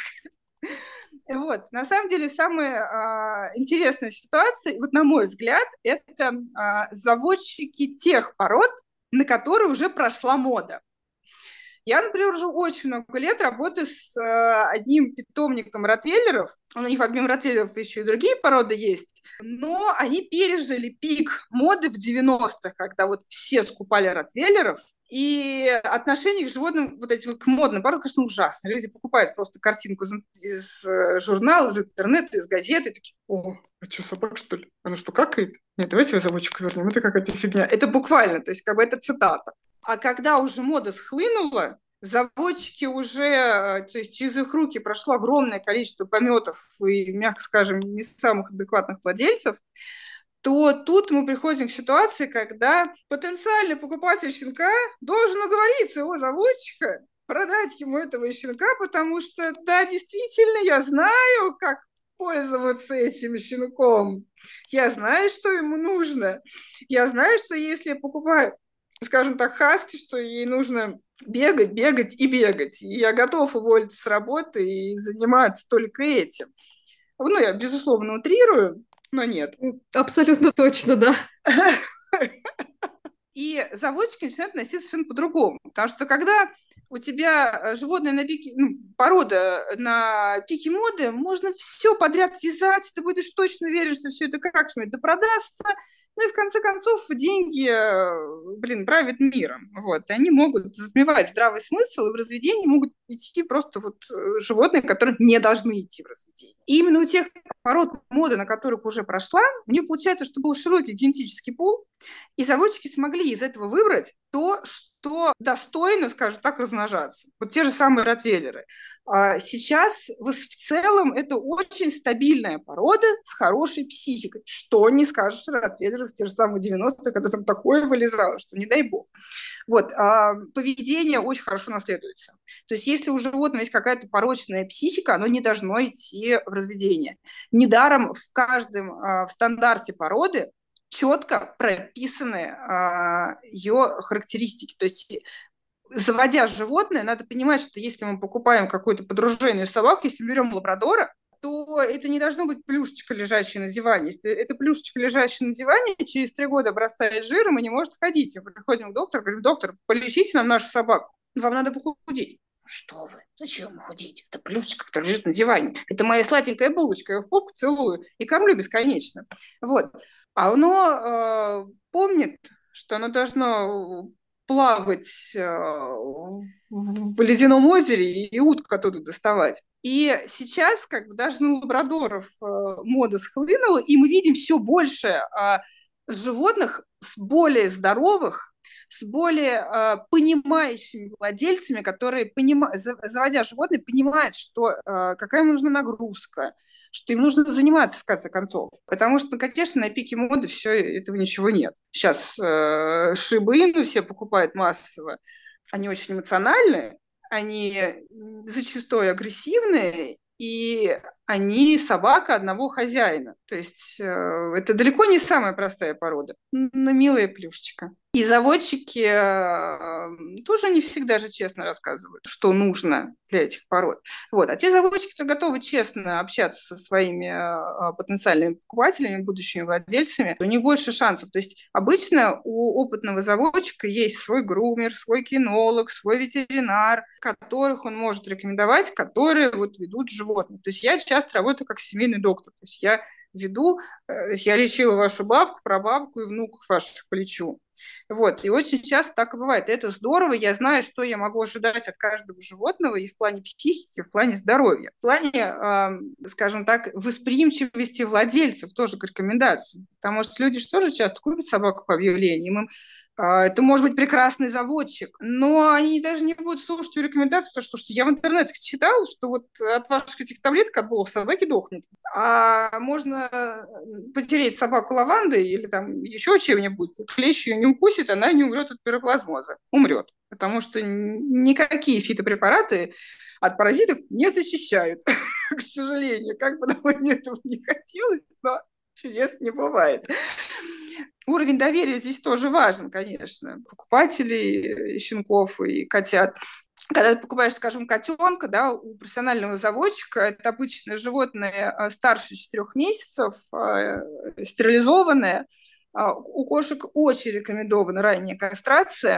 Вот. На самом деле самая а, интересная ситуация, вот на мой взгляд, это а, заводчики тех пород, на которые уже прошла мода. Я, например, уже очень много лет работаю с э, одним питомником ротвейлеров. У них помимо ротвейлеров еще и другие породы есть. Но они пережили пик моды в девяностых, когда вот все скупали ротвейлеров. И отношение к животным, вот этим к модным породам, конечно, ужасно. Люди покупают просто картинку из, из э, журнала, из интернета, из газеты. И такие: о, а что, собака, что ли? Она что, какает? Нет, давайте вы заводчика вернем. Это какая-то фигня. Это буквально, то есть как бы это цитата. А когда уже мода схлынула, заводчики уже, то есть через их руки прошло огромное количество пометов и, мягко скажем, не самых адекватных владельцев, то тут мы приходим к ситуации, когда потенциальный покупатель щенка должен уговорить своего заводчика продать ему этого щенка, потому что, да, действительно, я знаю, как пользоваться этим щенком. Я знаю, что ему нужно. Я знаю, что если я покупаю, скажем так, хаски, что ей нужно бегать, бегать и бегать. И я готов уволиться с работы и заниматься только этим. Ну, я, безусловно, утрирую, но нет. Абсолютно точно, да. И заводчики начинают относиться совершенно по-другому. Потому что когда у тебя животное на пике, ну, порода на пике моды, можно все подряд вязать, ты будешь точно уверен, что все это как-нибудь да продастся. Ну и в конце концов деньги, блин, правят миром. Вот. И они могут затмевать здравый смысл, и в разведении могут идти просто вот животные, которые не должны идти в разведение. И именно у тех пород моды, на которых уже прошла, мне получается, что был широкий генетический пул, и заводчики смогли из этого выбрать то, что достойно, скажем так, размножаться. Вот те же самые ротвейлеры. Сейчас в целом это очень стабильная порода с хорошей психикой. Что не скажешь о ротвейлерах в те же самые девяностые, когда там такое вылезало, что не дай бог. Вот. А поведение очень хорошо наследуется. То есть если у животного есть какая-то порочная психика, оно не должно идти в разведение. Недаром в каждом в стандарте породы четко прописаны а, ее характеристики. То есть, заводя животное, надо понимать, что если мы покупаем какую-то подруженную собаку, если берем лабрадора, то это не должно быть плюшечка, лежащая на диване. Если это плюшечка, лежащая на диване, через три года обрастает жиром и не может ходить. Мы приходим к доктору, говорим: доктор, полечите нам нашу собаку. Вам надо похудеть. Что вы? Зачем худеть? Это плюшечка, которая лежит на диване. Это моя сладенькая булочка. Я ее в попку целую и кормлю бесконечно. Вот. А оно э, помнит, что оно должно плавать э, в ледяном озере и утку оттуда доставать. И сейчас как бы даже на лабрадоров э, мода схлынула, и мы видим все больше э, животных с более здоровых, с более э, понимающими владельцами, которые, понима... заводя животное, понимают, что, э, какая им нужна нагрузка, что им нужно заниматься, в конце концов. Потому что, конечно, на пике моды все этого ничего нет. Сейчас э, шибы все покупают массово. Они очень эмоциональные, они зачастую агрессивные, и они собака одного хозяина. То есть э, это далеко не самая простая порода, но милая плюшечка. И заводчики э, тоже не всегда же честно рассказывают, что нужно для этих пород. Вот. А те заводчики, которые готовы честно общаться со своими э, потенциальными покупателями, будущими владельцами, у них больше шансов. То есть обычно у опытного заводчика есть свой грумер, свой кинолог, свой ветеринар, которых он может рекомендовать, которые вот ведут животных. То есть я часто работаю как семейный доктор. То есть я веду, э, я лечила вашу бабку, прабабку и внуков ваших полечу. Вот. И очень часто так и бывает. И это здорово. Я знаю, что я могу ожидать от каждого животного и в плане психики, и в плане здоровья. В плане, э, скажем так, восприимчивости владельцев тоже к рекомендациям. Потому что люди же тоже часто купят собаку по объявлениям, им это может быть прекрасный заводчик, но они даже не будут слушать рекомендации, потому что, что я в интернете читала, что вот от ваших этих таблеток от блох собаки дохнут. А можно потереть собаку лавандой или там еще чем-нибудь. Клещ ее не укусит, она не умрет от пироплазмоза. Умрет. Потому что никакие фитопрепараты от паразитов не защищают, к сожалению. Как бы нам этого не хотелось, но чудес не бывает. Уровень доверия здесь тоже важен, конечно, покупателей щенков и котят. Когда ты покупаешь, скажем, котенка, да, у профессионального заводчика, это обычное животное старше четырех месяцев, стерилизованное. У кошек очень рекомендована ранняя кастрация.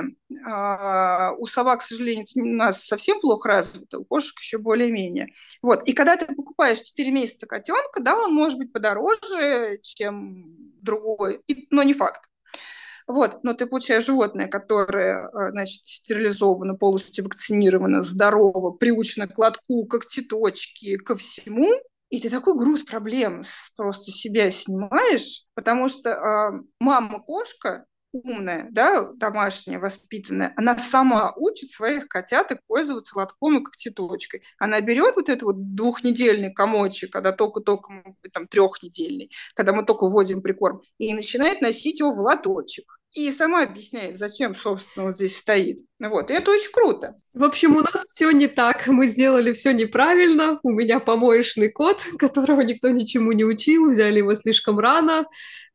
У собак, к сожалению, это у нас совсем плохо развито, у кошек еще более-менее. Вот. И когда ты покупаешь четыре месяца котенка, да, он может быть подороже, чем другой, но не факт. Вот. Но ты получаешь животное, которое, значит, стерилизовано, полностью вакцинировано, здорово, приучено к лотку, к когтеточке, ко всему. И ты такой груз проблем просто себя снимаешь, потому что э, мама-кошка умная, да, домашняя, воспитанная, она сама учит своих котяток пользоваться лотком и когтеточкой. Она берет вот этот вот двухнедельный комочек, когда только-только, там, трехнедельный, когда мы только вводим прикорм, и начинает носить его в лоточек. И сама объясняет, зачем, собственно, вот здесь стоит. Вот, и это очень круто. В общем, у нас все не так. Мы сделали все неправильно. У меня помоечный кот, которого никто ничему не учил. Взяли его слишком рано.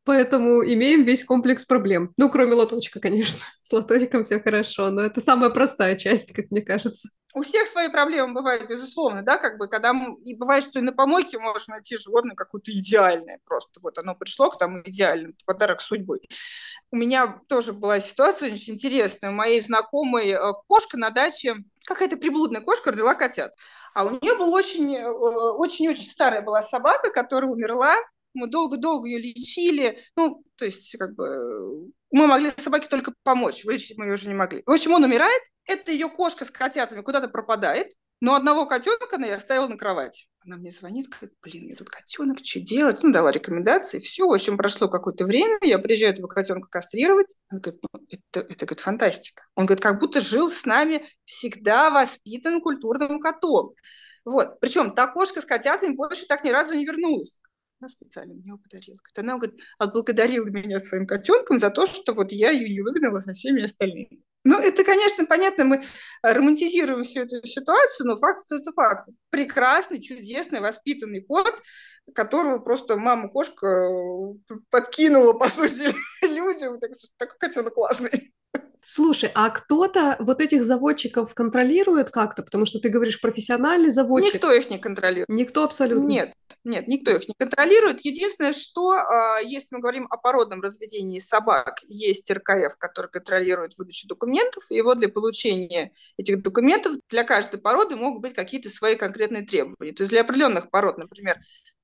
Поэтому имеем весь комплекс проблем. Ну, кроме лоточка, конечно. С лоточком все хорошо, но это самая простая часть, как мне кажется. У всех свои проблемы бывают, безусловно, да, как бы, когда и бывает, что и на помойке можно найти животное какое-то идеальное просто, вот оно пришло к тому идеальному, подарок судьбы. У меня тоже была ситуация очень интересная. У моей знакомой кошка на даче, какая-то приблудная кошка, родила котят, а у нее была очень, очень-очень старая была собака, которая умерла. Мы долго-долго ее лечили, ну, то есть, как бы, мы могли собаке только помочь, вылечить мы ее уже не могли. В общем, он умирает, это ее кошка с котятами куда-то пропадает, но одного котенка она и оставила на кровати. Она мне звонит, говорит, блин, я тут котенок, что делать? Ну, дала рекомендации, все. В общем, прошло какое-то время, я приезжаю этого котенка кастрировать. Он говорит, ну, это, это, говорит, фантастика. Он говорит, как будто жил с нами, всегда воспитан культурным котом. Вот. Причем та кошка с котятами больше так ни разу не вернулась. Она специально мне его подарила. Она, говорит, отблагодарила меня своим котенком за то, что вот я ее не выгнала со всеми остальными. Ну, это, конечно, понятно, мы романтизируем всю эту ситуацию, но факт остается факт. Прекрасный, чудесный, воспитанный кот, которого просто мама-кошка подкинула, по сути, людям. Такой котенок классный. Слушай, а кто-то вот этих заводчиков контролирует как-то? Потому что ты говоришь профессиональный заводчик. Никто их не контролирует. Никто абсолютно? Нет, нет, никто их не контролирует. Единственное, что, если мы говорим о породном разведении собак, есть эр ка эф, который контролирует выдачу документов, и вот для получения этих документов для каждой породы могут быть какие-то свои конкретные требования. То есть для определенных пород, например,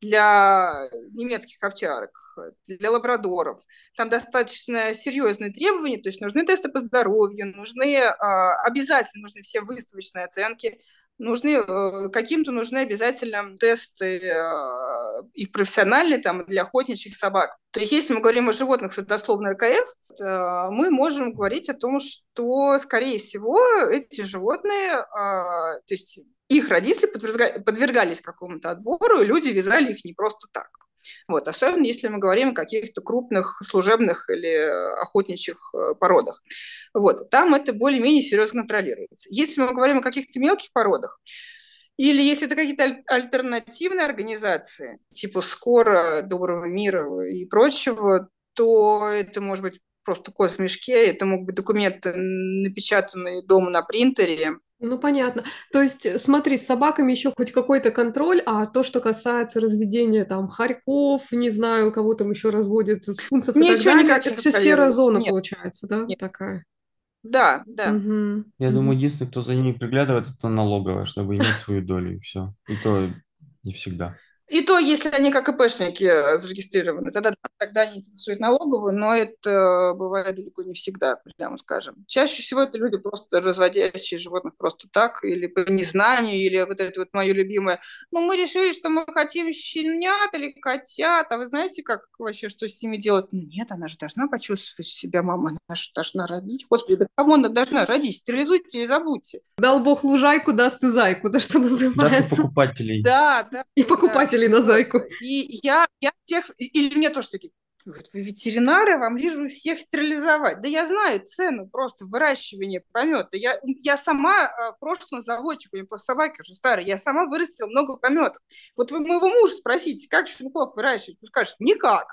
для немецких овчарок, для лабрадоров, там достаточно серьезные требования, то есть нужны тесты по здоровью, нужны, обязательно нужны все выставочные оценки, нужны, каким-то нужны обязательно тесты их профессиональные там, для охотничьих собак. То есть если мы говорим о животных с родословной эр ка эф, мы можем говорить о том, что, скорее всего, эти животные, то есть их родители подвергались какому-то отбору, и люди вязали их не просто так. Вот, особенно если мы говорим о каких-то крупных служебных или охотничьих породах. Вот, там это более-менее серьезно контролируется. Если мы говорим о каких-то мелких породах, или если это какие-то альтернативные организации, типа Скора, Доброго мира и прочего, то это может быть просто кот в мешке, это могут быть документы, напечатанные дома на принтере. Ну, понятно. То есть, смотри, с собаками еще хоть какой-то контроль, а то, что касается разведения там хорьков, не знаю, кого там еще разводят, скунсов и так далее, никак не это все серая зона Нет. получается, да, Нет. такая? Да, да. Угу. Я угу. думаю, единственный, кто за ними приглядывает, это налоговая, чтобы иметь свою долю, и все. И то не всегда. И то, если они как ИПшники зарегистрированы, тогда, тогда они интересуют налоговую, но это бывает далеко не всегда, прямо скажем. Чаще всего это люди, просто разводящие животных просто так, или по незнанию, или вот это вот мое любимое. Ну, мы решили, что мы хотим щенят или котят, а вы знаете, как вообще, что с ними делать? Ну, нет, она же должна почувствовать себя, мама, она же должна родить. Господи, да кому она должна родить? Стерилизуйте и забудьте. Дал Бог лужайку, даст и зайку, да что называется. Даст и покупателей. Да, да. И покупателей да. на зайку. Вот. И я, я тех, или мне тоже такие, вот вы ветеринары, вам лишь бы всех стерилизовать. Да я знаю цену просто выращивания помета. Я, я сама в прошлом заводчик, у меня просто собаки уже старые, я сама вырастила много пометов. Вот вы моего мужа спросите, как щенков выращивать? Он скажет, никак.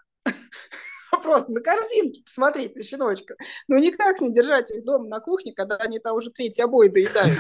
Просто на картинке посмотреть на щеночка. Но никак не держать их дома на кухне, когда они там уже третий обои доедают.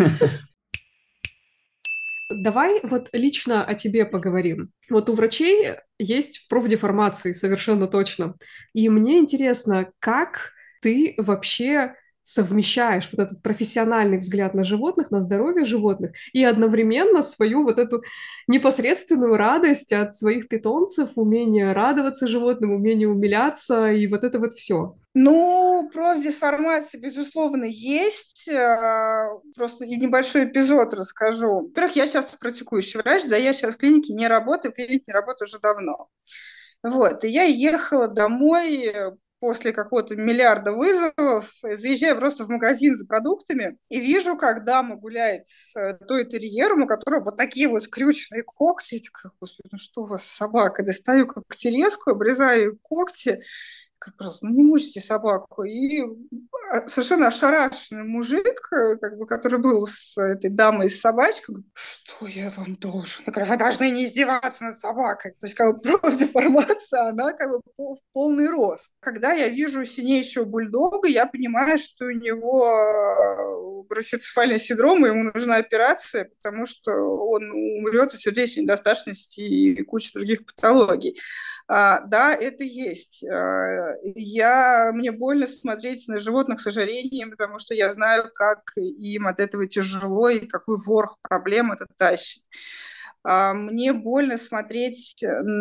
Давай вот лично о тебе поговорим. Вот у врачей есть профдеформации, совершенно точно. И мне интересно, как ты вообще совмещаешь вот этот профессиональный взгляд на животных, на здоровье животных, и одновременно свою вот эту непосредственную радость от своих питомцев, умение радоваться животным, умение умиляться, и вот это вот все. Ну, профдеформация, безусловно, есть. Просто небольшой эпизод расскажу. Во-первых, я сейчас практикующий врач, да, я сейчас в клинике не работаю, в клинике не работаю уже давно. Вот, и я ехала домой после какого-то миллиарда вызовов, заезжаю просто в магазин за продуктами и вижу, как дама гуляет с той терьером, у которого вот такие вот скрюченные когти. Я такая, господи, ну что у вас собака? Достаю когтелеску, обрезаю когти Как просто, ну не мучите собаку. И совершенно ошарашенный мужик, как бы, который был с этой дамой с собачкой, говорит, что я вам должен? Я говорю, вы должны не издеваться над собакой. То есть, как бы, деформация, она как бы в полный рост. Когда я вижу синеющего бульдога, я понимаю, что у него брахицефальный синдром, и ему нужна операция, потому что он умрет от сердечной недостаточности и кучи других патологий. А, да, это есть. Я, мне больно смотреть на животных с ожирением, потому что я знаю, как им от этого тяжело и какой ворох проблем это тащит. А, мне больно смотреть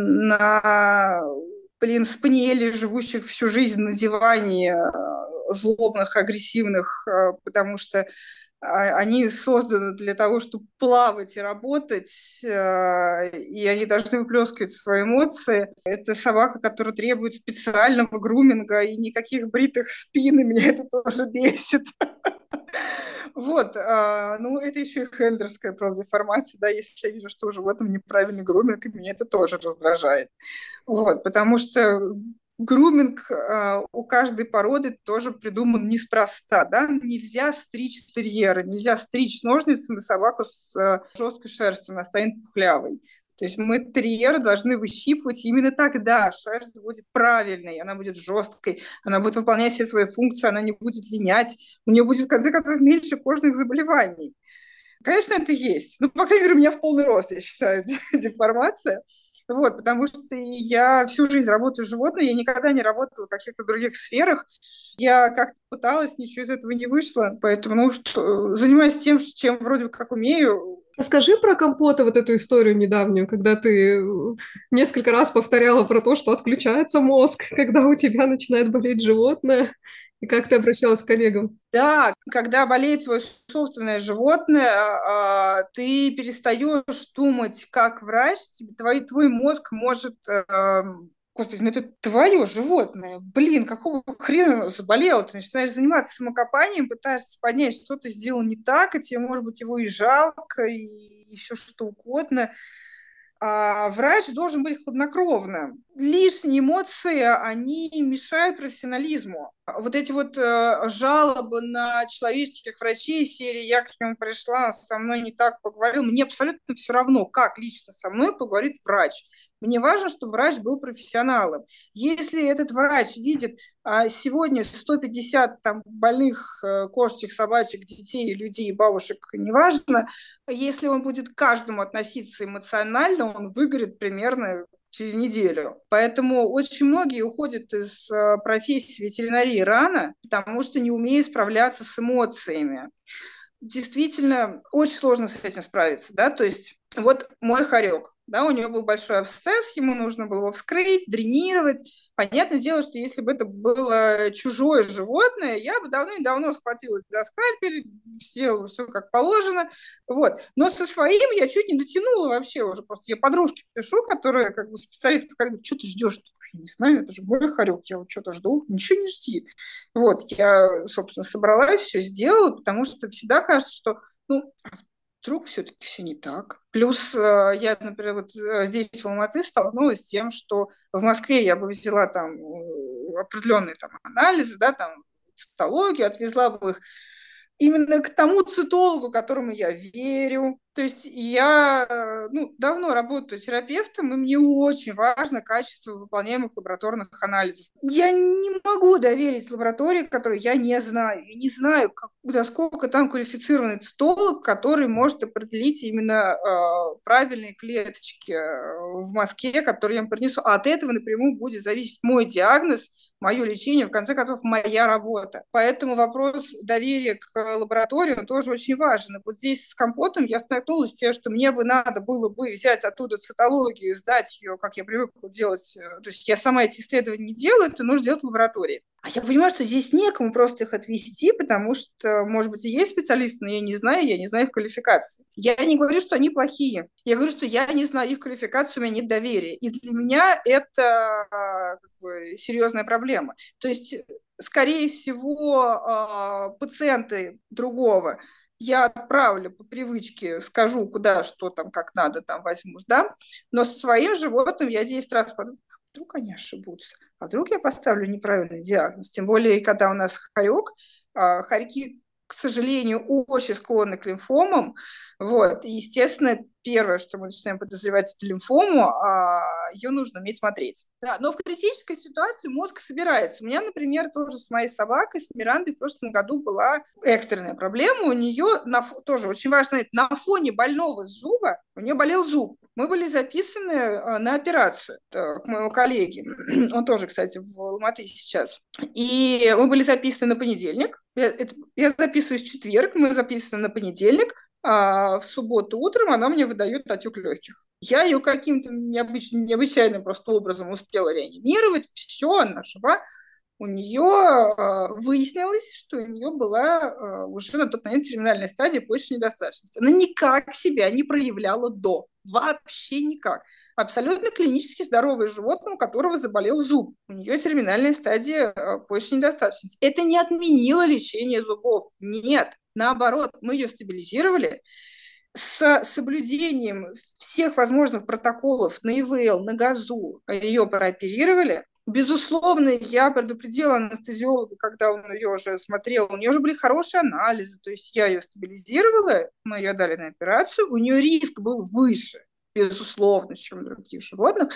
на, блин, спаниелей, живущих всю жизнь на диване, злобных, агрессивных, потому что они созданы для того, чтобы плавать и работать, и они должны выплескивать свои эмоции. Это собака, которая требует специального груминга и никаких бритых спин, и меня это тоже бесит. Вот, ну это еще и хендлерская профдеформация, да, если я вижу, что у животного неправильный груминг, и меня это тоже раздражает. Вот, потому что груминг э, у каждой породы тоже придуман неспроста, да, нельзя стричь терьера, нельзя стричь ножницами собаку с э, жесткой шерстью, она станет пухлявой. То есть мы терьера должны выщипывать, именно тогда шерсть будет правильной, она будет жесткой, она будет выполнять все свои функции, она не будет линять, у нее будет, в конце концов, меньше кожных заболеваний. Конечно, это есть. Ну, по крайней мере, у меня в полный рост, я считаю, деформация. Вот, потому что я всю жизнь работаю с животными, я никогда не работала в каких-то других сферах. Я как-то пыталась, ничего из этого не вышло. Поэтому, ну, что, занимаюсь тем, чем вроде как умею. Расскажи про Компота, вот эту историю недавнюю, когда ты несколько раз повторяла про то, что отключается мозг, когда у тебя начинает болеть животное. И как ты обращалась к коллегам? Да, когда болеет свое собственное животное, ты перестаешь думать как врач, твой, твой мозг может... Господи, ну это твое животное. Блин, какого хрена оно заболело? Ты начинаешь заниматься самокопанием, пытаешься понять, что ты сделал не так, и тебе, может быть, его и жалко, и, и все что угодно. А врач должен быть хладнокровным. Лишние эмоции, они мешают профессионализму. Вот эти вот э, жалобы на человеческих врачей серии «Я к нему пришла, со мной не так поговорил», мне абсолютно все равно, как лично со мной поговорит врач. Мне важно, чтобы врач был профессионалом. Если этот врач видит а, сегодня сто пятьдесят там, больных э, кошечек, собачек, детей, людей, бабушек, неважно, если он будет к каждому относиться эмоционально, он выгорит примерно через неделю. Поэтому очень многие уходят из э, профессии ветеринарии рано, потому что не умеют справляться с эмоциями. Действительно, очень сложно с этим справиться, да, то есть вот мой хорек, да, у него был большой абсцесс, ему нужно было его вскрыть, дренировать. Понятное дело, что если бы это было чужое животное, я бы давно-давно схватилась за скальпель, сделала все как положено, вот. Но со своим я чуть не дотянула вообще уже, просто я подружке пишу, которая как бы специалист по хорьку, что ты ждешь? Я не знаю, это же мой хорек, я вот что-то жду, ничего не жди. Вот, я, собственно, собрала и все сделала, потому что всегда кажется, что, ну, вдруг все-таки все не так. Плюс я, например, вот здесь в Алматы столкнулась с тем, что в Москве я бы взяла там определенные там анализы, да, там цитологию, отвезла бы их именно к тому цитологу, которому я верю. То есть я ну, давно работаю терапевтом, и мне очень важно качество выполняемых лабораторных анализов. Я не могу доверить лаборатории, которую я не знаю. Я не знаю, как, насколько там квалифицированный цитолог, который может определить именно э, правильные клеточки в мозге, которые я им принесу. А от этого напрямую будет зависеть мой диагноз, мое лечение, в конце концов, моя работа. Поэтому вопрос доверия к лаборатории он тоже очень важен. И вот здесь с Компотом я столкнулась с тем, что мне бы надо было бы взять оттуда цитологию, сдать ее, как я привыкла делать. То есть я сама эти исследования не делаю, это нужно делать в лаборатории. А я понимаю, что здесь некому просто их отвести, потому что, может быть, и есть специалисты, но я не знаю, я не знаю их квалификации. Я не говорю, что они плохие. Я говорю, что я не знаю их квалификацию, у меня нет доверия. И для меня это как бы серьезная проблема. То есть, скорее всего, пациенты другого я отправлю по привычке, скажу, куда, что там, как надо, там возьму, сдам, но со своим животным я десять раз подумаю, вдруг они ошибутся, а вдруг я поставлю неправильный диагноз. Тем более, когда у нас хорек, а, хорьки, к сожалению, очень склонны к лимфомам. Вот. И, естественно, первое, что мы начинаем подозревать, это лимфому, а ее нужно уметь смотреть. Да, но в критической ситуации мозг собирается. У меня, например, тоже с моей собакой, с Мирандой, в прошлом году была экстренная проблема. У нее, на, тоже очень важно, на фоне больного зуба, у нее болел зуб. Мы были записаны на операцию к моему коллеге. Он тоже, кстати, в Алматы сейчас. И мы были записаны на понедельник. Я, это, я записываюсь в четверг, мы записаны на понедельник. А в субботу утром она мне выдает отек легких. Я ее каким-то необыч... необычайным просто образом успела реанимировать. Все, она жива. У нее э, выяснилось, что у нее была э, уже на тот момент терминальная стадия почечной недостаточности. Она никак себя не проявляла до. Вообще никак. Абсолютно клинически здоровое животное, у которого заболел зуб. У нее терминальная стадия э, почечной недостаточности. Это не отменило лечение зубов. Нет. Наоборот, мы ее стабилизировали с соблюдением всех возможных протоколов на ИВЛ, на ГАЗУ, ее прооперировали. Безусловно, я предупредила анестезиолога, когда он ее уже смотрел, у нее уже были хорошие анализы, то есть я ее стабилизировала, мы ее дали на операцию, у нее риск был выше, безусловно, чем у других животных,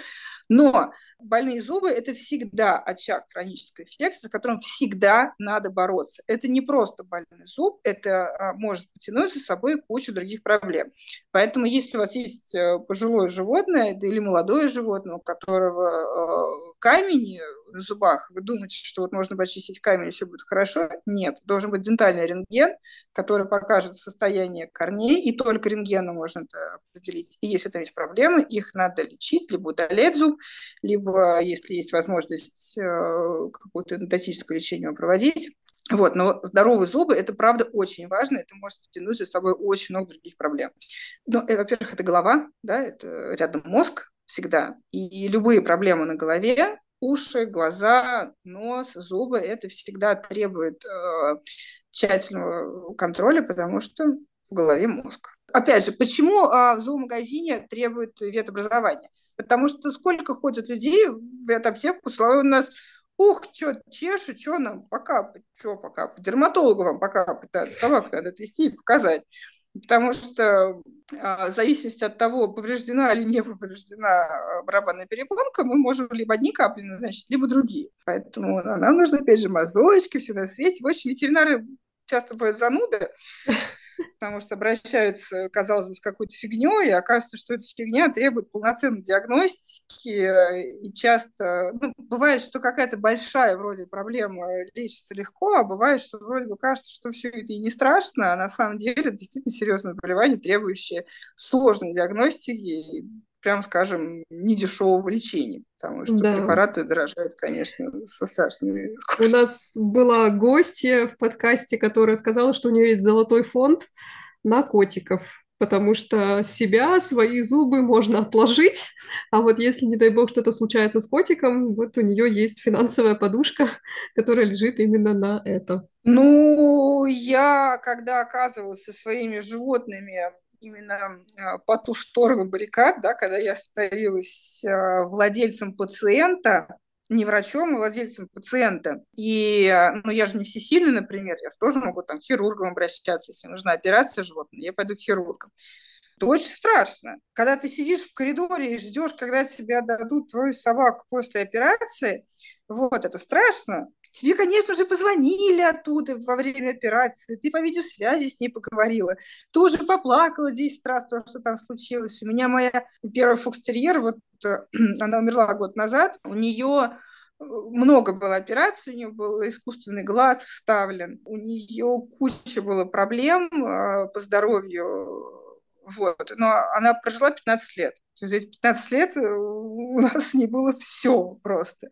но больные зубы – это всегда очаг хронической инфекции, с которым всегда надо бороться. Это не просто больной зуб, это а, может потянуть за собой кучу других проблем. Поэтому если у вас есть пожилое животное да, или молодое животное, у которого э, камень на зубах, вы думаете, что вот можно почистить камень и все будет хорошо? Нет, должен быть дентальный рентген, который покажет состояние корней, и только рентгеном можно это определить. И если там есть проблемы, их надо лечить, либо удалять зуб, либо, если есть возможность, э, какое-то эндотическое лечение проводить. Вот, но здоровые зубы – это, правда, очень важно, это может тянуть за собой очень много других проблем. Ну, э, во-первых, это голова, да, это рядом мозг всегда, и любые проблемы на голове, уши, глаза, нос, зубы – это всегда требует э, тщательного контроля, потому что в голове мозг. Опять же, почему а, в зоомагазине требуют ветобразования? Потому что сколько ходят людей в ветаптеку, слава у нас, ух, что чешет, что нам покапать, что покапать, дерматологу вам покапать, да, собаку надо отвезти и показать. Потому что а, в зависимости от того, повреждена или не повреждена барабанная перепонка, мы можем либо одни капли назначить, либо другие. Поэтому нам нужно, опять же, мазочки, все на свете. В общем, ветеринары часто бывают зануды, потому что обращаются, казалось бы, с какой-то фигней, и оказывается, что эта фигня требует полноценной диагностики, и часто, ну, бывает, что какая-то большая вроде проблема лечится легко, а бывает, что вроде бы кажется, что все это и не страшно, а на самом деле это действительно серьезное заболевание, требующее сложной диагностики и, прям скажем, недешевого лечения, потому что Да. препараты дорожают, конечно, со страшными У скоростями. нас была гостья в подкасте, которая сказала, что у нее есть золотой фонд на котиков, потому что себя, свои зубы можно отложить, а вот если, не дай бог, что-то случается с котиком, вот у нее есть финансовая подушка, которая лежит именно на это. Ну, я, когда оказывалась со своими животными именно а, по ту сторону баррикад, да, когда я становилась а, владельцем пациента, не врачом, а владельцем пациента. И, а, ну, я же не всесильный, например, я тоже могу там к хирургам обращаться, если нужна операция животного, я пойду к хирургам. Это очень страшно. Когда ты сидишь в коридоре и ждешь, когда тебе отдадут твою собаку после операции, вот, это страшно. Тебе, конечно же, позвонили оттуда во время операции, ты по видеосвязи с ней поговорила, ты уже поплакала десять раз то, что там случилось. У меня моя первая фокстерьер, вот она умерла год назад, у нее много было операций, у нее был искусственный глаз вставлен, у нее куча было проблем по здоровью, вот. Но она прожила пятнадцать лет. То есть за эти пятнадцать лет у нас с ней было все просто.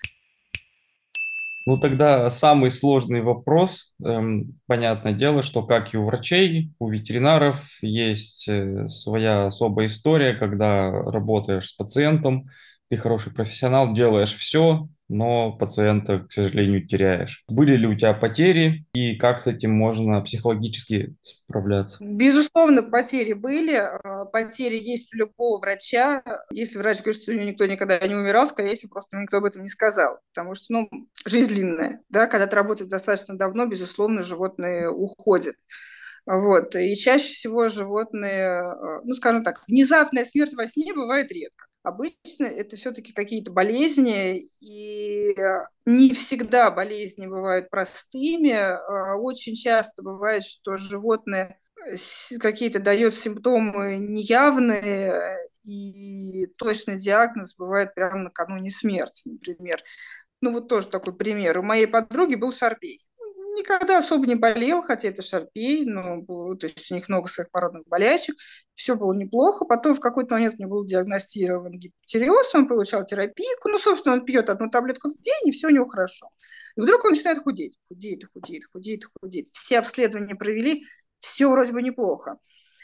Ну, тогда самый сложный вопрос. Эм, понятное дело, что, как и у врачей, у ветеринаров есть э, своя особая история, когда работаешь с пациентом, ты хороший профессионал, делаешь все, но пациента, к сожалению, теряешь. Были ли у тебя потери и как с этим можно психологически справляться? Безусловно, потери были. а, Потери есть у любого врача. Если врач говорит, что у него никто никогда не умирал, скорее всего, просто никто об этом не сказал. Потому что, ну, жизнь длинная. Да? Когда ты работаешь достаточно давно, безусловно, животные уходят. Вот. И чаще всего животные, э, ну, скажем так, внезапная смерть во сне бывает редко. Обычно это все-таки какие-то болезни, и э, не всегда болезни бывают простыми. Э, Очень часто бывает, что животное э, с- какие-то дает симптомы неявные, э, и точный диагноз бывает прямо накануне смерти, например. Ну, вот тоже такой пример. У моей подруги был шарпей. Никогда особо не болел, хотя это шарпей, но был- то есть у них много своих породных болячек, все было неплохо. Потом в какой-то момент у него был диагностирован гипотереоз, он получал терапийку, ну, собственно, он пьет одну таблетку в день, и все у него хорошо. И вдруг он начинает худеть, худеет, худеет, худеет, худеет. Все обследования провели, все вроде бы неплохо.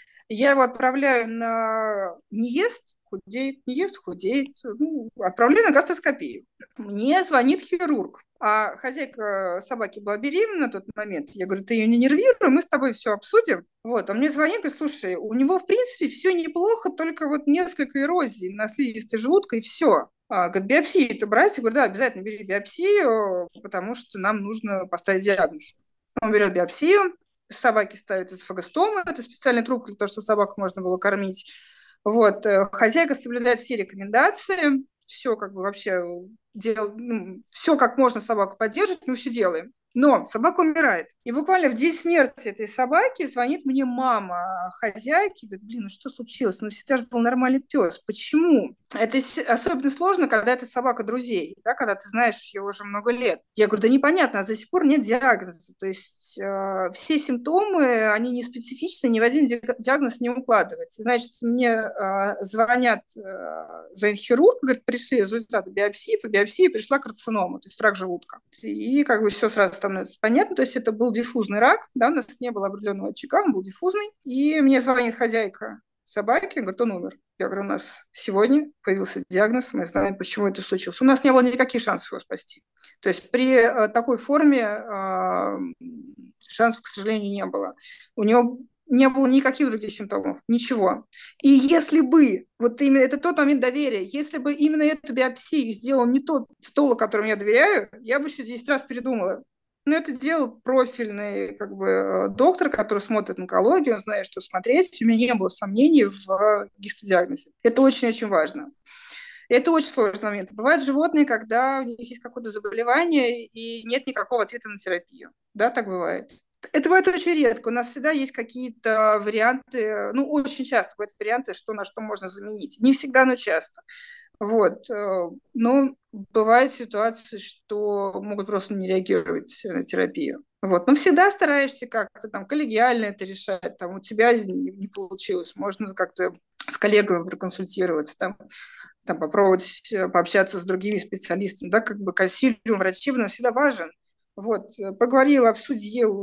Я его отправляю на не ест, худеет, не ест, худеет. Ну, отправляю на гастроскопию. Мне звонит хирург, а хозяйка собаки была беременна на тот момент. Я говорю, ты ее не нервируй, мы с тобой все обсудим. Вот, он мне звонит, говорит, слушай, у него в принципе все неплохо, только вот несколько эрозий на слизистой желудка и все. А, говорит, биопсию это брать? Я говорю, да, обязательно бери биопсию, потому что нам нужно поставить диагноз. Он берет биопсию, собаки ставят эзофагостомы, это специальный трубка для того, чтобы собаку можно было кормить. Вот. э, Хозяйка соблюдает все рекомендации, все как бы вообще дел, ну, все как можно собаку поддерживать, мы все делаем. Но собака умирает. И буквально в день смерти этой собаки звонит мне мама хозяйки, говорит, блин, ну что случилось? Ну всегда же был нормальный пес. Почему? Это с- особенно сложно, когда это собака друзей, да, когда ты знаешь ее уже много лет. Я говорю, да непонятно, а до сих пор нет диагноза. То есть э, все симптомы, они не специфичны, ни в один ди- диагноз не укладывается. Значит, мне э, звонят, э, звонит хирург, говорит, пришли результаты биопсии, по биопсии пришла карцинома, то есть рак желудка. И как бы все сразу становится понятно, то есть это был диффузный рак, да, у нас не было определенного очага, он был диффузный. И мне звонит хозяйка собаки, говорит, он умер. Я говорю, у нас сегодня появился диагноз, мы знаем, почему это случилось. У нас не было никаких шансов его спасти. То есть при э, такой форме э, шансов, к сожалению, не было. У него не было никаких других симптомов, ничего. И если бы, вот именно это тот момент доверия, если бы именно эту биопсию сделал не тот стол, которому я доверяю, я бы еще десять раз передумала. Но это делал профильный как бы, доктор, который смотрит онкологию, он знает, что смотреть. У меня не было сомнений в гистодиагнозе. Это очень-очень важно. И это очень сложный момент. Бывают животные, когда у них есть какое-то заболевание и нет никакого ответа на терапию. Да, так бывает. Это бывает очень редко. У нас всегда есть какие-то варианты, ну, очень часто бывают варианты, что на что можно заменить. Не всегда, но часто. Вот. э, Но бывают ситуации, что могут просто не реагировать на терапию. Вот. Но всегда стараешься как-то там коллегиально это решать. Там у тебя не, не получилось. Можно как-то с коллегами проконсультироваться, там, там попробовать э, пообщаться с другими специалистами. Да, как бы консилиум врачебный всегда важен. Вот. э, Поговорил, обсудил,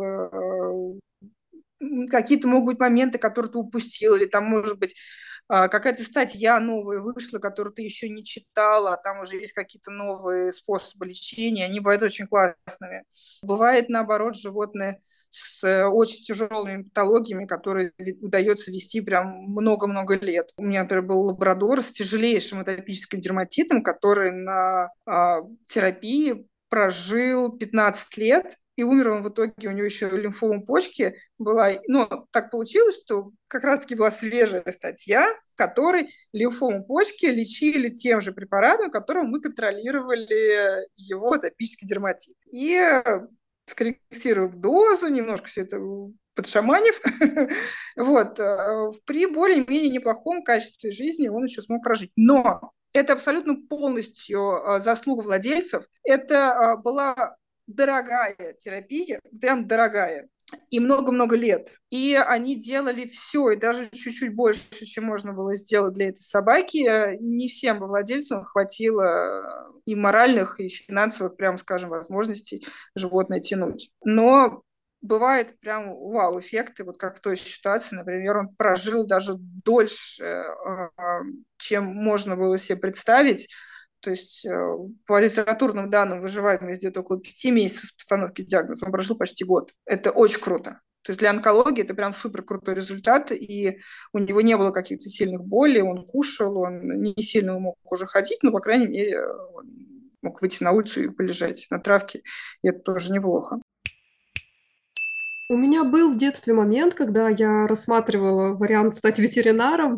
э, м, какие-то могут быть моменты, которые ты упустил, или там, может быть, а, какая-то статья новая вышла, которую ты еще не читала, а там уже есть какие-то новые способы лечения, они бывают очень классными. Бывает, наоборот, животные с э, очень тяжелыми патологиями, которые ви- удается вести прям много-много лет. У меня, например, был лабрадор с тяжелейшим атопическим дерматитом, который на а, терапии прожил пятнадцать лет, и умер он в итоге, у него еще лимфома почки была. Ну, так получилось, что как раз-таки была свежая статья, в которой лимфому почки лечили тем же препаратом, которым мы контролировали его атопический дерматит. И скорректировав дозу, немножко все это подшаманив, вот, э, при более-менее неплохом качестве жизни он еще смог прожить. Но это абсолютно полностью э, заслуга владельцев. Это э, была дорогая терапия, прям дорогая, и много-много лет. И они делали все, и даже чуть-чуть больше, чем можно было сделать для этой собаки. Не всем бы владельцам хватило и моральных, и финансовых, прямо скажем, возможностей животное тянуть. Но бывает прям вау-эффекты, вот как в той ситуации, например, он прожил даже дольше, чем можно было себе представить, То есть э, по литературным данным выживаемость где-то около пяти месяцев с постановки диагноза. Он прожил почти год. Это очень круто. То есть для онкологии это прям супер крутой результат, и у него не было каких-то сильных болей, он кушал, он не сильно мог уже ходить, но, по крайней мере, он мог выйти на улицу и полежать на травке, и это тоже неплохо. У меня был в детстве момент, когда я рассматривала вариант стать ветеринаром,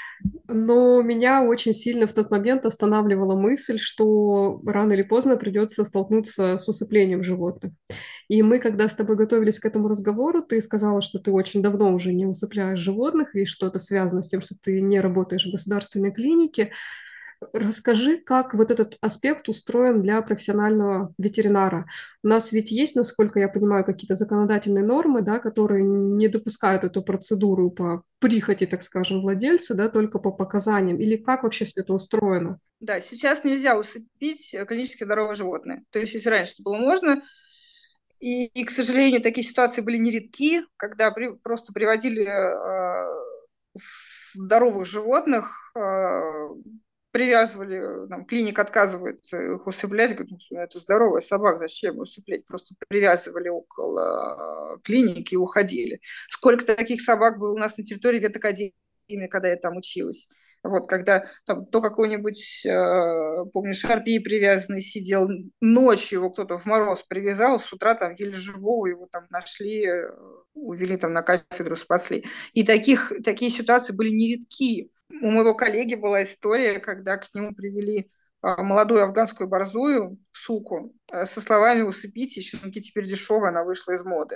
но меня очень сильно в тот момент останавливала мысль, что рано или поздно придется столкнуться с усыплением животных. И мы, когда с тобой готовились к этому разговору, ты сказала, что ты очень давно уже не усыпляешь животных, и что это связано с тем, что ты не работаешь в государственной клинике. Расскажи, как вот этот аспект устроен для профессионального ветеринара. У нас ведь есть, насколько я понимаю, какие-то законодательные нормы, да, которые не допускают эту процедуру по прихоти, так скажем, владельца, да, только по показаниям. Или как вообще все это устроено? Да, сейчас нельзя усыпить клинически здоровое животное. То есть если раньше это было можно, и, и к сожалению, такие ситуации были нередки, когда при, просто приводили э, здоровых животных, э, привязывали, там, клиника отказывается их усыплять, говорит, ну, это здоровая собака, зачем усыплять? Просто привязывали около клиники и уходили. Сколько таких собак было у нас на территории ветакадемии, когда я там училась. Вот, когда там то какой-нибудь, э, помню, шарпей привязанный сидел, ночью его кто-то в мороз привязал, с утра там еле живого его там нашли, увели там на кафедру, спасли. И таких, такие ситуации были нередки. У моего коллеги была история, когда к нему привели молодую афганскую борзую, суку, со словами «усыпите, щенки теперь дешевые», она вышла из моды.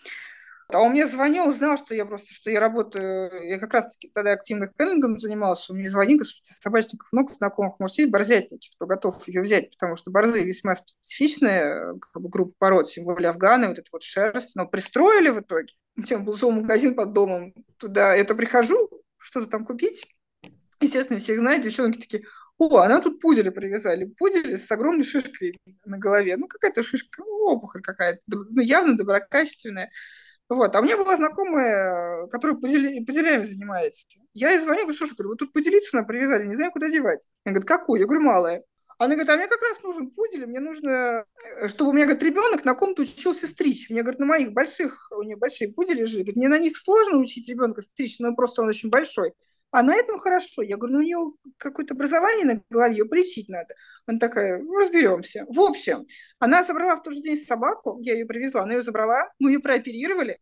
А он мне звонил, узнал, что я просто, что я работаю, я как раз-таки тогда активно кennelингом занималась, он мне звонил, говорит, слушайте, собачников много знакомых, может, есть борзятники, кто готов ее взять, потому что борзые весьма специфичная как бы, группа пород, тем более афганы, вот эта вот шерсть, но пристроили в итоге. У меня был зоомагазин под домом, туда я то прихожу, что-то там купить, естественно, всех знают, девчонки такие, о, она тут пуделя привязали, пудель с огромной шишкой на голове, ну какая-то шишка, ну, опухоль какая-то, ну явно доброкачественная. Вот. А у меня была знакомая, которая пуделя- пуделями занимается. Я ей звоню, говорю, слушай, говорю, вы тут пуделицу нам привязали, не знаю, куда девать. Она говорит, какую? Я говорю, малая. Она говорит, а мне как раз нужен пудель, мне нужно, чтобы у меня, говорит, ребенок на ком-то учился стричь. Мне, говорит, на моих больших, у нее большие пудели же, говорит, мне на них сложно учить ребенка стричь, но просто он очень большой. А на этом хорошо. Я говорю, ну у нее какое-то образование на голове, ее полечить надо. Она такая, ну, разберемся. В общем, она забрала в тот же день собаку, я ее привезла, она ее забрала, мы ее прооперировали.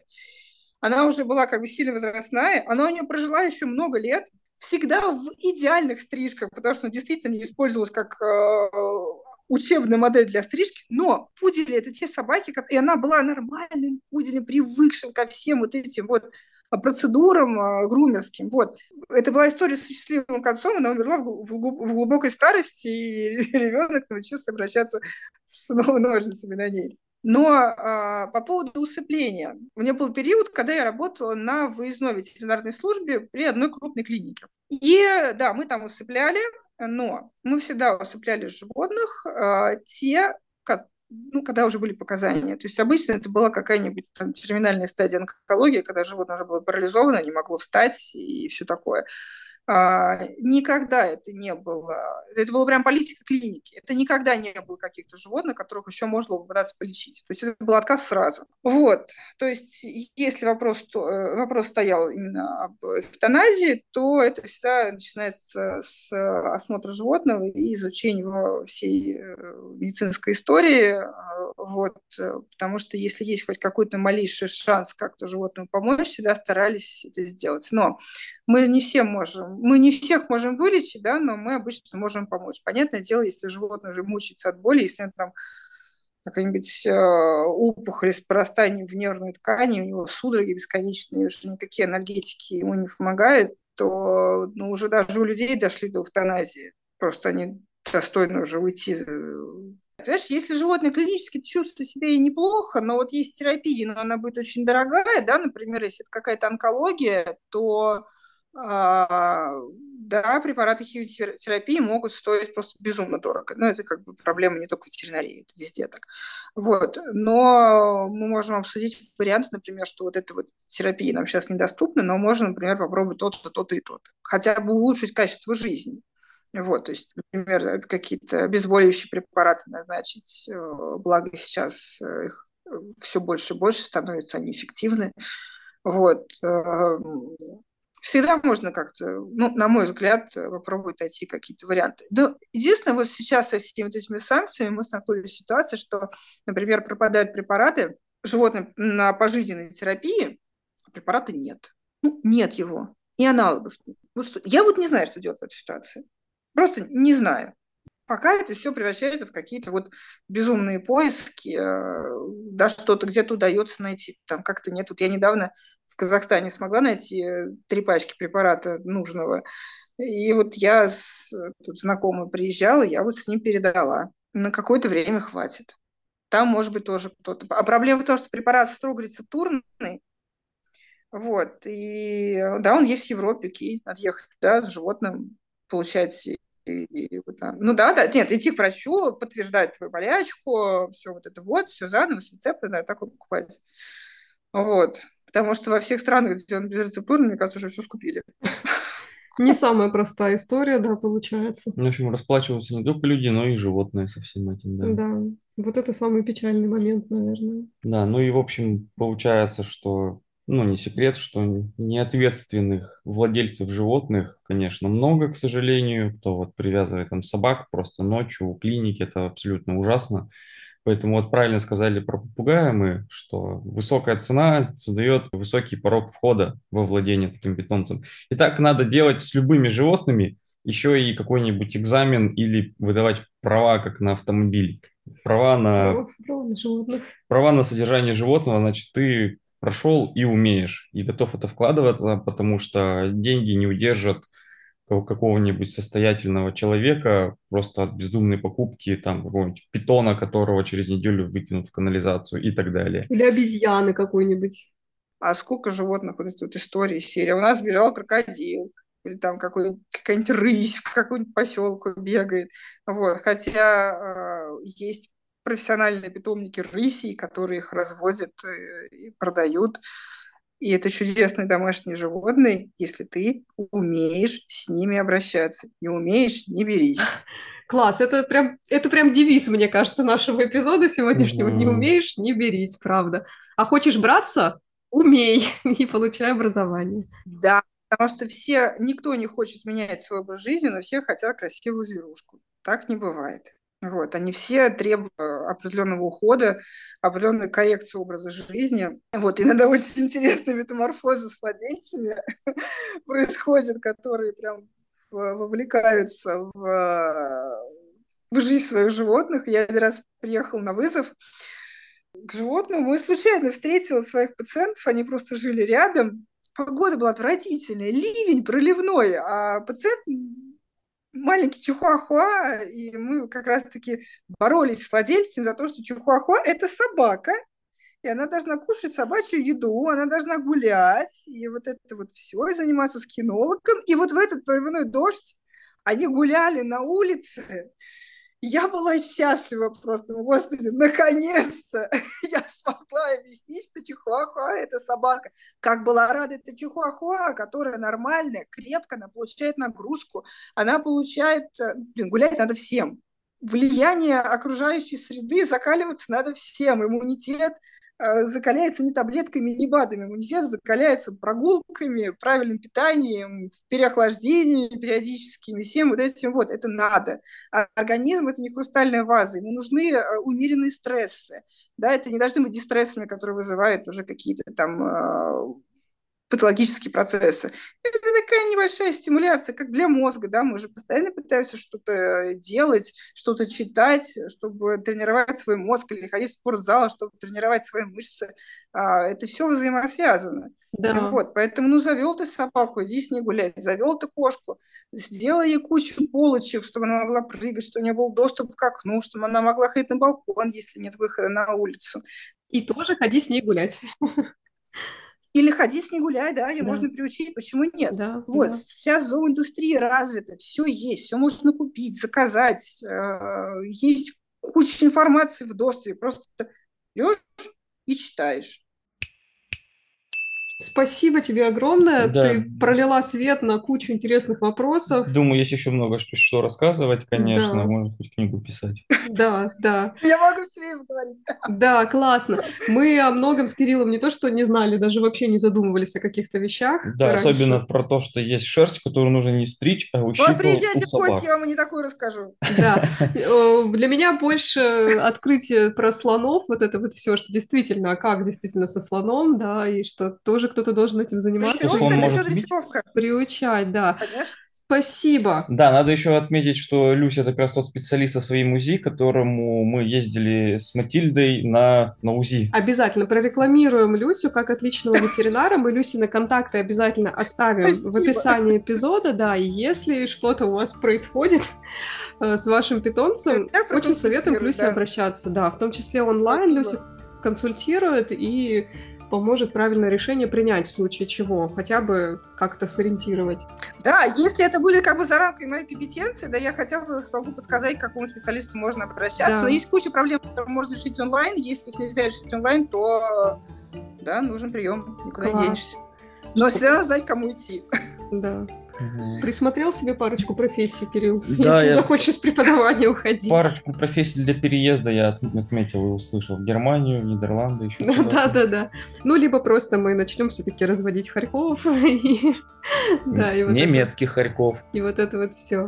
Она уже была как бы сильно возрастная, она у нее прожила еще много лет, всегда в идеальных стрижках, потому что она действительно не использовалась как э, учебная модель для стрижки, но пудели – это те собаки, и она была нормальным пуделем, привыкшим ко всем вот этим вот процедурам э, грумерским. Вот. Это была история с счастливым концом, она умерла в, в, в глубокой старости, и ребенок научился обращаться с ножницами на ней. Но а, по поводу усыпления. У меня был период, когда я работала на выездной ветеринарной службе при одной крупной клинике. И да, мы там усыпляли, но мы всегда усыпляли животных, а, те, ну, когда уже были показания. То есть обычно это была какая-нибудь там терминальная стадия онкологии, когда животное уже было парализовано, не могло встать и все такое. А, никогда это не было. Это была прям политика клиники. Это никогда не было каких-то животных, которых еще можно было попытаться полечить. То есть это был отказ сразу. Вот. То есть если вопрос, то, вопрос стоял именно об эвтаназии, то это всегда начинается с осмотра животного и изучения его всей медицинской истории. Вот. Потому что если есть хоть какой-то малейший шанс как-то животному помочь, всегда старались это сделать. Но мы не всем можем Мы не всех можем вылечить, да, но мы обычно можем помочь. Понятное дело, если животное уже мучается от боли, если там какая-нибудь э, опухоль с прорастанием в нервной ткани, у него судороги бесконечные, уже никакие анальгетики ему не помогают, то ну, уже даже у людей дошли до эвтаназии. Просто они достойны уже уйти. Понимаешь, если животное клинически чувствует себя и неплохо, но вот есть терапия, но она будет очень дорогая, да, например, если это какая-то онкология, то а, да, препараты химиотерапии могут стоить просто безумно дорого. Но это как бы проблема не только в ветеринарии, это везде так. Вот. Но мы можем обсудить варианты, например, что вот эта вот терапия нам сейчас недоступна, но можно, например, попробовать то-то, то-то и то-то. Хотя бы улучшить качество жизни. Вот, то есть, например, какие-то обезболивающие препараты назначить, э, благо сейчас э, их все больше и больше становится, они эффективны. Вот. э, Всегда можно как-то, ну, на мой взгляд, э, попробовать найти какие-то варианты. Да, единственное, вот сейчас со всеми вот этими санкциями мы столкнулись с ситуацией, что, например, пропадают препараты животным на пожизненной терапии, а препарата нет. Ну, нет его. И аналогов нет. Вот что, я вот не знаю, что делать в этой ситуации. Просто не знаю. Пока это все превращается в какие-то вот безумные поиски, э, да, что-то где-то удается найти, там как-то нет. Вот я недавно в Казахстане смогла найти э, три пачки препарата нужного, и вот я с тут знакомый приезжала, я вот с ним передала. На какое-то время хватит. Там, может быть, тоже кто-то. А проблема в том, что препарат строго рецептурный, вот, и да, он есть в Европе, окей, отъехать туда с животным, получать и, и вот там. Ну да, да, нет, идти к врачу, подтверждать твою болячку, все вот это вот, все заново, с рецепта, да, так вот покупать. Вот, потому что во всех странах, где он безрецептурный, мне кажется, уже все скупили. Не самая простая история, да, получается. Ну, в общем, расплачиваются не только люди, но и животные со всем этим, да. Да, вот это самый печальный момент, наверное. Да, ну и, в общем, получается, что, ну, не секрет, что неответственных владельцев животных, конечно, много, к сожалению, кто вот привязывает там собак просто ночью у клиники, это абсолютно ужасно. Поэтому вот правильно сказали про попугая мы, что высокая цена создает высокий порог входа во владение таким питомцем. И так надо делать с любыми животными, еще и какой-нибудь экзамен или выдавать права, как на автомобиль. Права на, Право, право на животных. права на содержание животного, значит, ты прошел и умеешь, и готов это вкладываться, потому что деньги не удержат ка- какого-нибудь состоятельного человека просто от бездумной покупки там какого-нибудь питона, которого через неделю выкинут в канализацию и так далее. Или обезьяны какой-нибудь. А сколько животных, вот эти вот истории, серия. У нас бежал крокодил, или там какой, какая-нибудь рысь в какую-нибудь поселку бегает. Вот. Хотя э, есть профессиональные питомники рысей, которые их разводят э, и продают. И это чудесный домашний животный, если ты умеешь с ними обращаться. Не умеешь — не берись. Класс, это прям, это прям девиз, мне кажется, нашего эпизода сегодняшнего. Не Мгм. умеешь — не берись, правда. А хочешь браться — умей и получай образование. Да, потому что все, никто не хочет менять свой образ жизни, но все хотят красивую зверушку. Так не бывает. Вот, они все требуют э, определенного ухода, определенной коррекции образа жизни. Вот, иногда очень интересные метаморфозы с владельцами происходят, которые прям в- вовлекаются в, э, в жизнь своих животных. Я один раз приехала на вызов к животному и случайно встретила своих пациентов, они просто жили рядом. Погода была отвратительная, ливень проливной, а пациент маленький чихуахуа, и мы как раз-таки боролись с владельцем за то, что чихуахуа – это собака, и она должна кушать собачью еду, она должна гулять, и вот это вот все, и заниматься с кинологом. И вот в этот проливной дождь они гуляли на улице. Я была счастлива просто, господи, наконец-то я смогла объяснить, что чихуахуа – это собака. Как была рада эта чихуахуа, которая нормальная, крепко, она получает нагрузку, она получает, блин, гулять надо всем. Влияние окружающей среды закаливаться надо всем. Иммунитет э, закаляется не таблетками, не БАДами. Иммунитет закаляется прогулками, правильным питанием, переохлаждениями периодическими, всем вот этим вот. Это надо. А организм – это не хрустальная ваза. Ему нужны э, умеренные стрессы. Да, это не должны быть дистрессами, которые вызывают уже какие-то там э, патологические процессы. Это такая небольшая стимуляция, как для мозга, да, мы же постоянно пытаемся что-то делать, что-то читать, чтобы тренировать свой мозг, или ходить в спортзал, чтобы тренировать свои мышцы. А, это все взаимосвязано. Да. Вот, поэтому, ну, завел ты собаку, иди с ней гулять, завел ты кошку, сделай ей кучу полочек, чтобы она могла прыгать, чтобы у нее был доступ к окну, чтобы она могла ходить на балкон, если нет выхода на улицу. И тоже ходи с ней гулять. Или ходи с ней гулять, да, ее Да, можно приучить, почему нет? да, Вот, да. сейчас зооиндустрия развита, все есть, все можно купить, заказать, э, есть куча информации в доступе, просто берешь и читаешь. Спасибо тебе огромное. Да. Ты пролила свет на кучу интересных вопросов. Думаю, есть еще много что, что рассказывать, конечно. Да. Можно хоть книгу писать. Да, да. Я могу все время говорить. Да, классно. Мы о многом с Кириллом не то что не знали, даже вообще не задумывались о каких-то вещах Да, раньше. особенно про то, что есть шерсть, которую нужно не стричь, а Ой, ущипывать у приезжайте в собак. гости, я вам и не такое расскажу. Да. Э, Для меня больше открытие про слонов, вот это вот все, что действительно, а как действительно со слоном, да, и что тоже кто-то должен этим заниматься, Слон Дрессировка, это может все убить? дрессировка. приучать, да. Конечно. Спасибо. Да, надо еще отметить, что Люся это как раз тот специалист со своим УЗИ, к которому мы ездили с Матильдой на, на УЗИ. Обязательно прорекламируем Люсю как отличного ветеринара. Мы Люсины контакты обязательно оставим в Спасибо. описании эпизода, да, и если что-то у вас происходит э, с вашим питомцем, Я очень советуем к Люсе да. обращаться, да, в том числе онлайн. Спасибо. Люся консультирует и поможет правильное решение принять в случае чего, хотя бы как-то сориентировать. Да, если это будет как бы за рамкой моей компетенции, да, я хотя бы смогу подсказать, к какому специалисту можно обращаться. Да. Но есть куча проблем, которые можно решить онлайн. Если их нельзя решить онлайн, то да, нужен прием, никуда Класс. не денешься. Но всегда надо знать, кому идти. Да. Мгм. Присмотрел себе парочку профессий, Кирилл, Да, если я- захочешь с преподавания уходить. Парочку профессий для переезда я от- отметил и услышал. В Германию, в Нидерланды, еще куда-то. Да, да, да. Ну, либо просто мы начнем все-таки разводить хорьков. и- Да, и вот это- Немецких хорьков. и вот это вот все.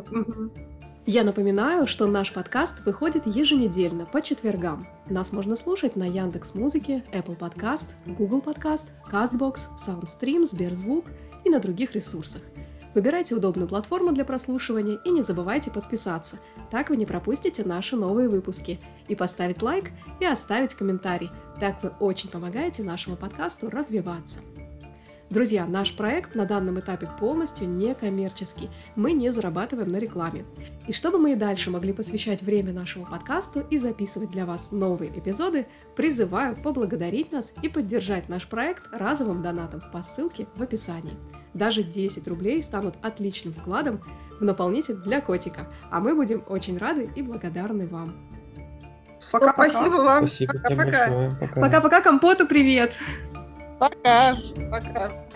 Я напоминаю, что наш подкаст выходит еженедельно по четвергам. Нас можно слушать на Яндекс.Музыке, Apple Podcast, Google Podcast, Castbox, SoundStream, Сберзвук и на других ресурсах. Выбирайте удобную платформу для прослушивания и не забывайте подписаться. Так вы не пропустите наши новые выпуски. И поставить лайк, и оставить комментарий. Так вы очень помогаете нашему подкасту развиваться. Друзья, наш проект на данном этапе полностью некоммерческий. Мы не зарабатываем на рекламе. И чтобы мы и дальше могли посвящать время нашему подкасту и записывать для вас новые эпизоды, призываю поблагодарить нас и поддержать наш проект разовым донатом по ссылке в описании. Даже десять рублей станут отличным вкладом в наполнитель для котика, а мы будем очень рады и благодарны вам. Пока-пока. Спасибо вам. Спасибо тебе Пока-пока. большое. Пока. Пока-пока, компоту привет! Пока. Пока.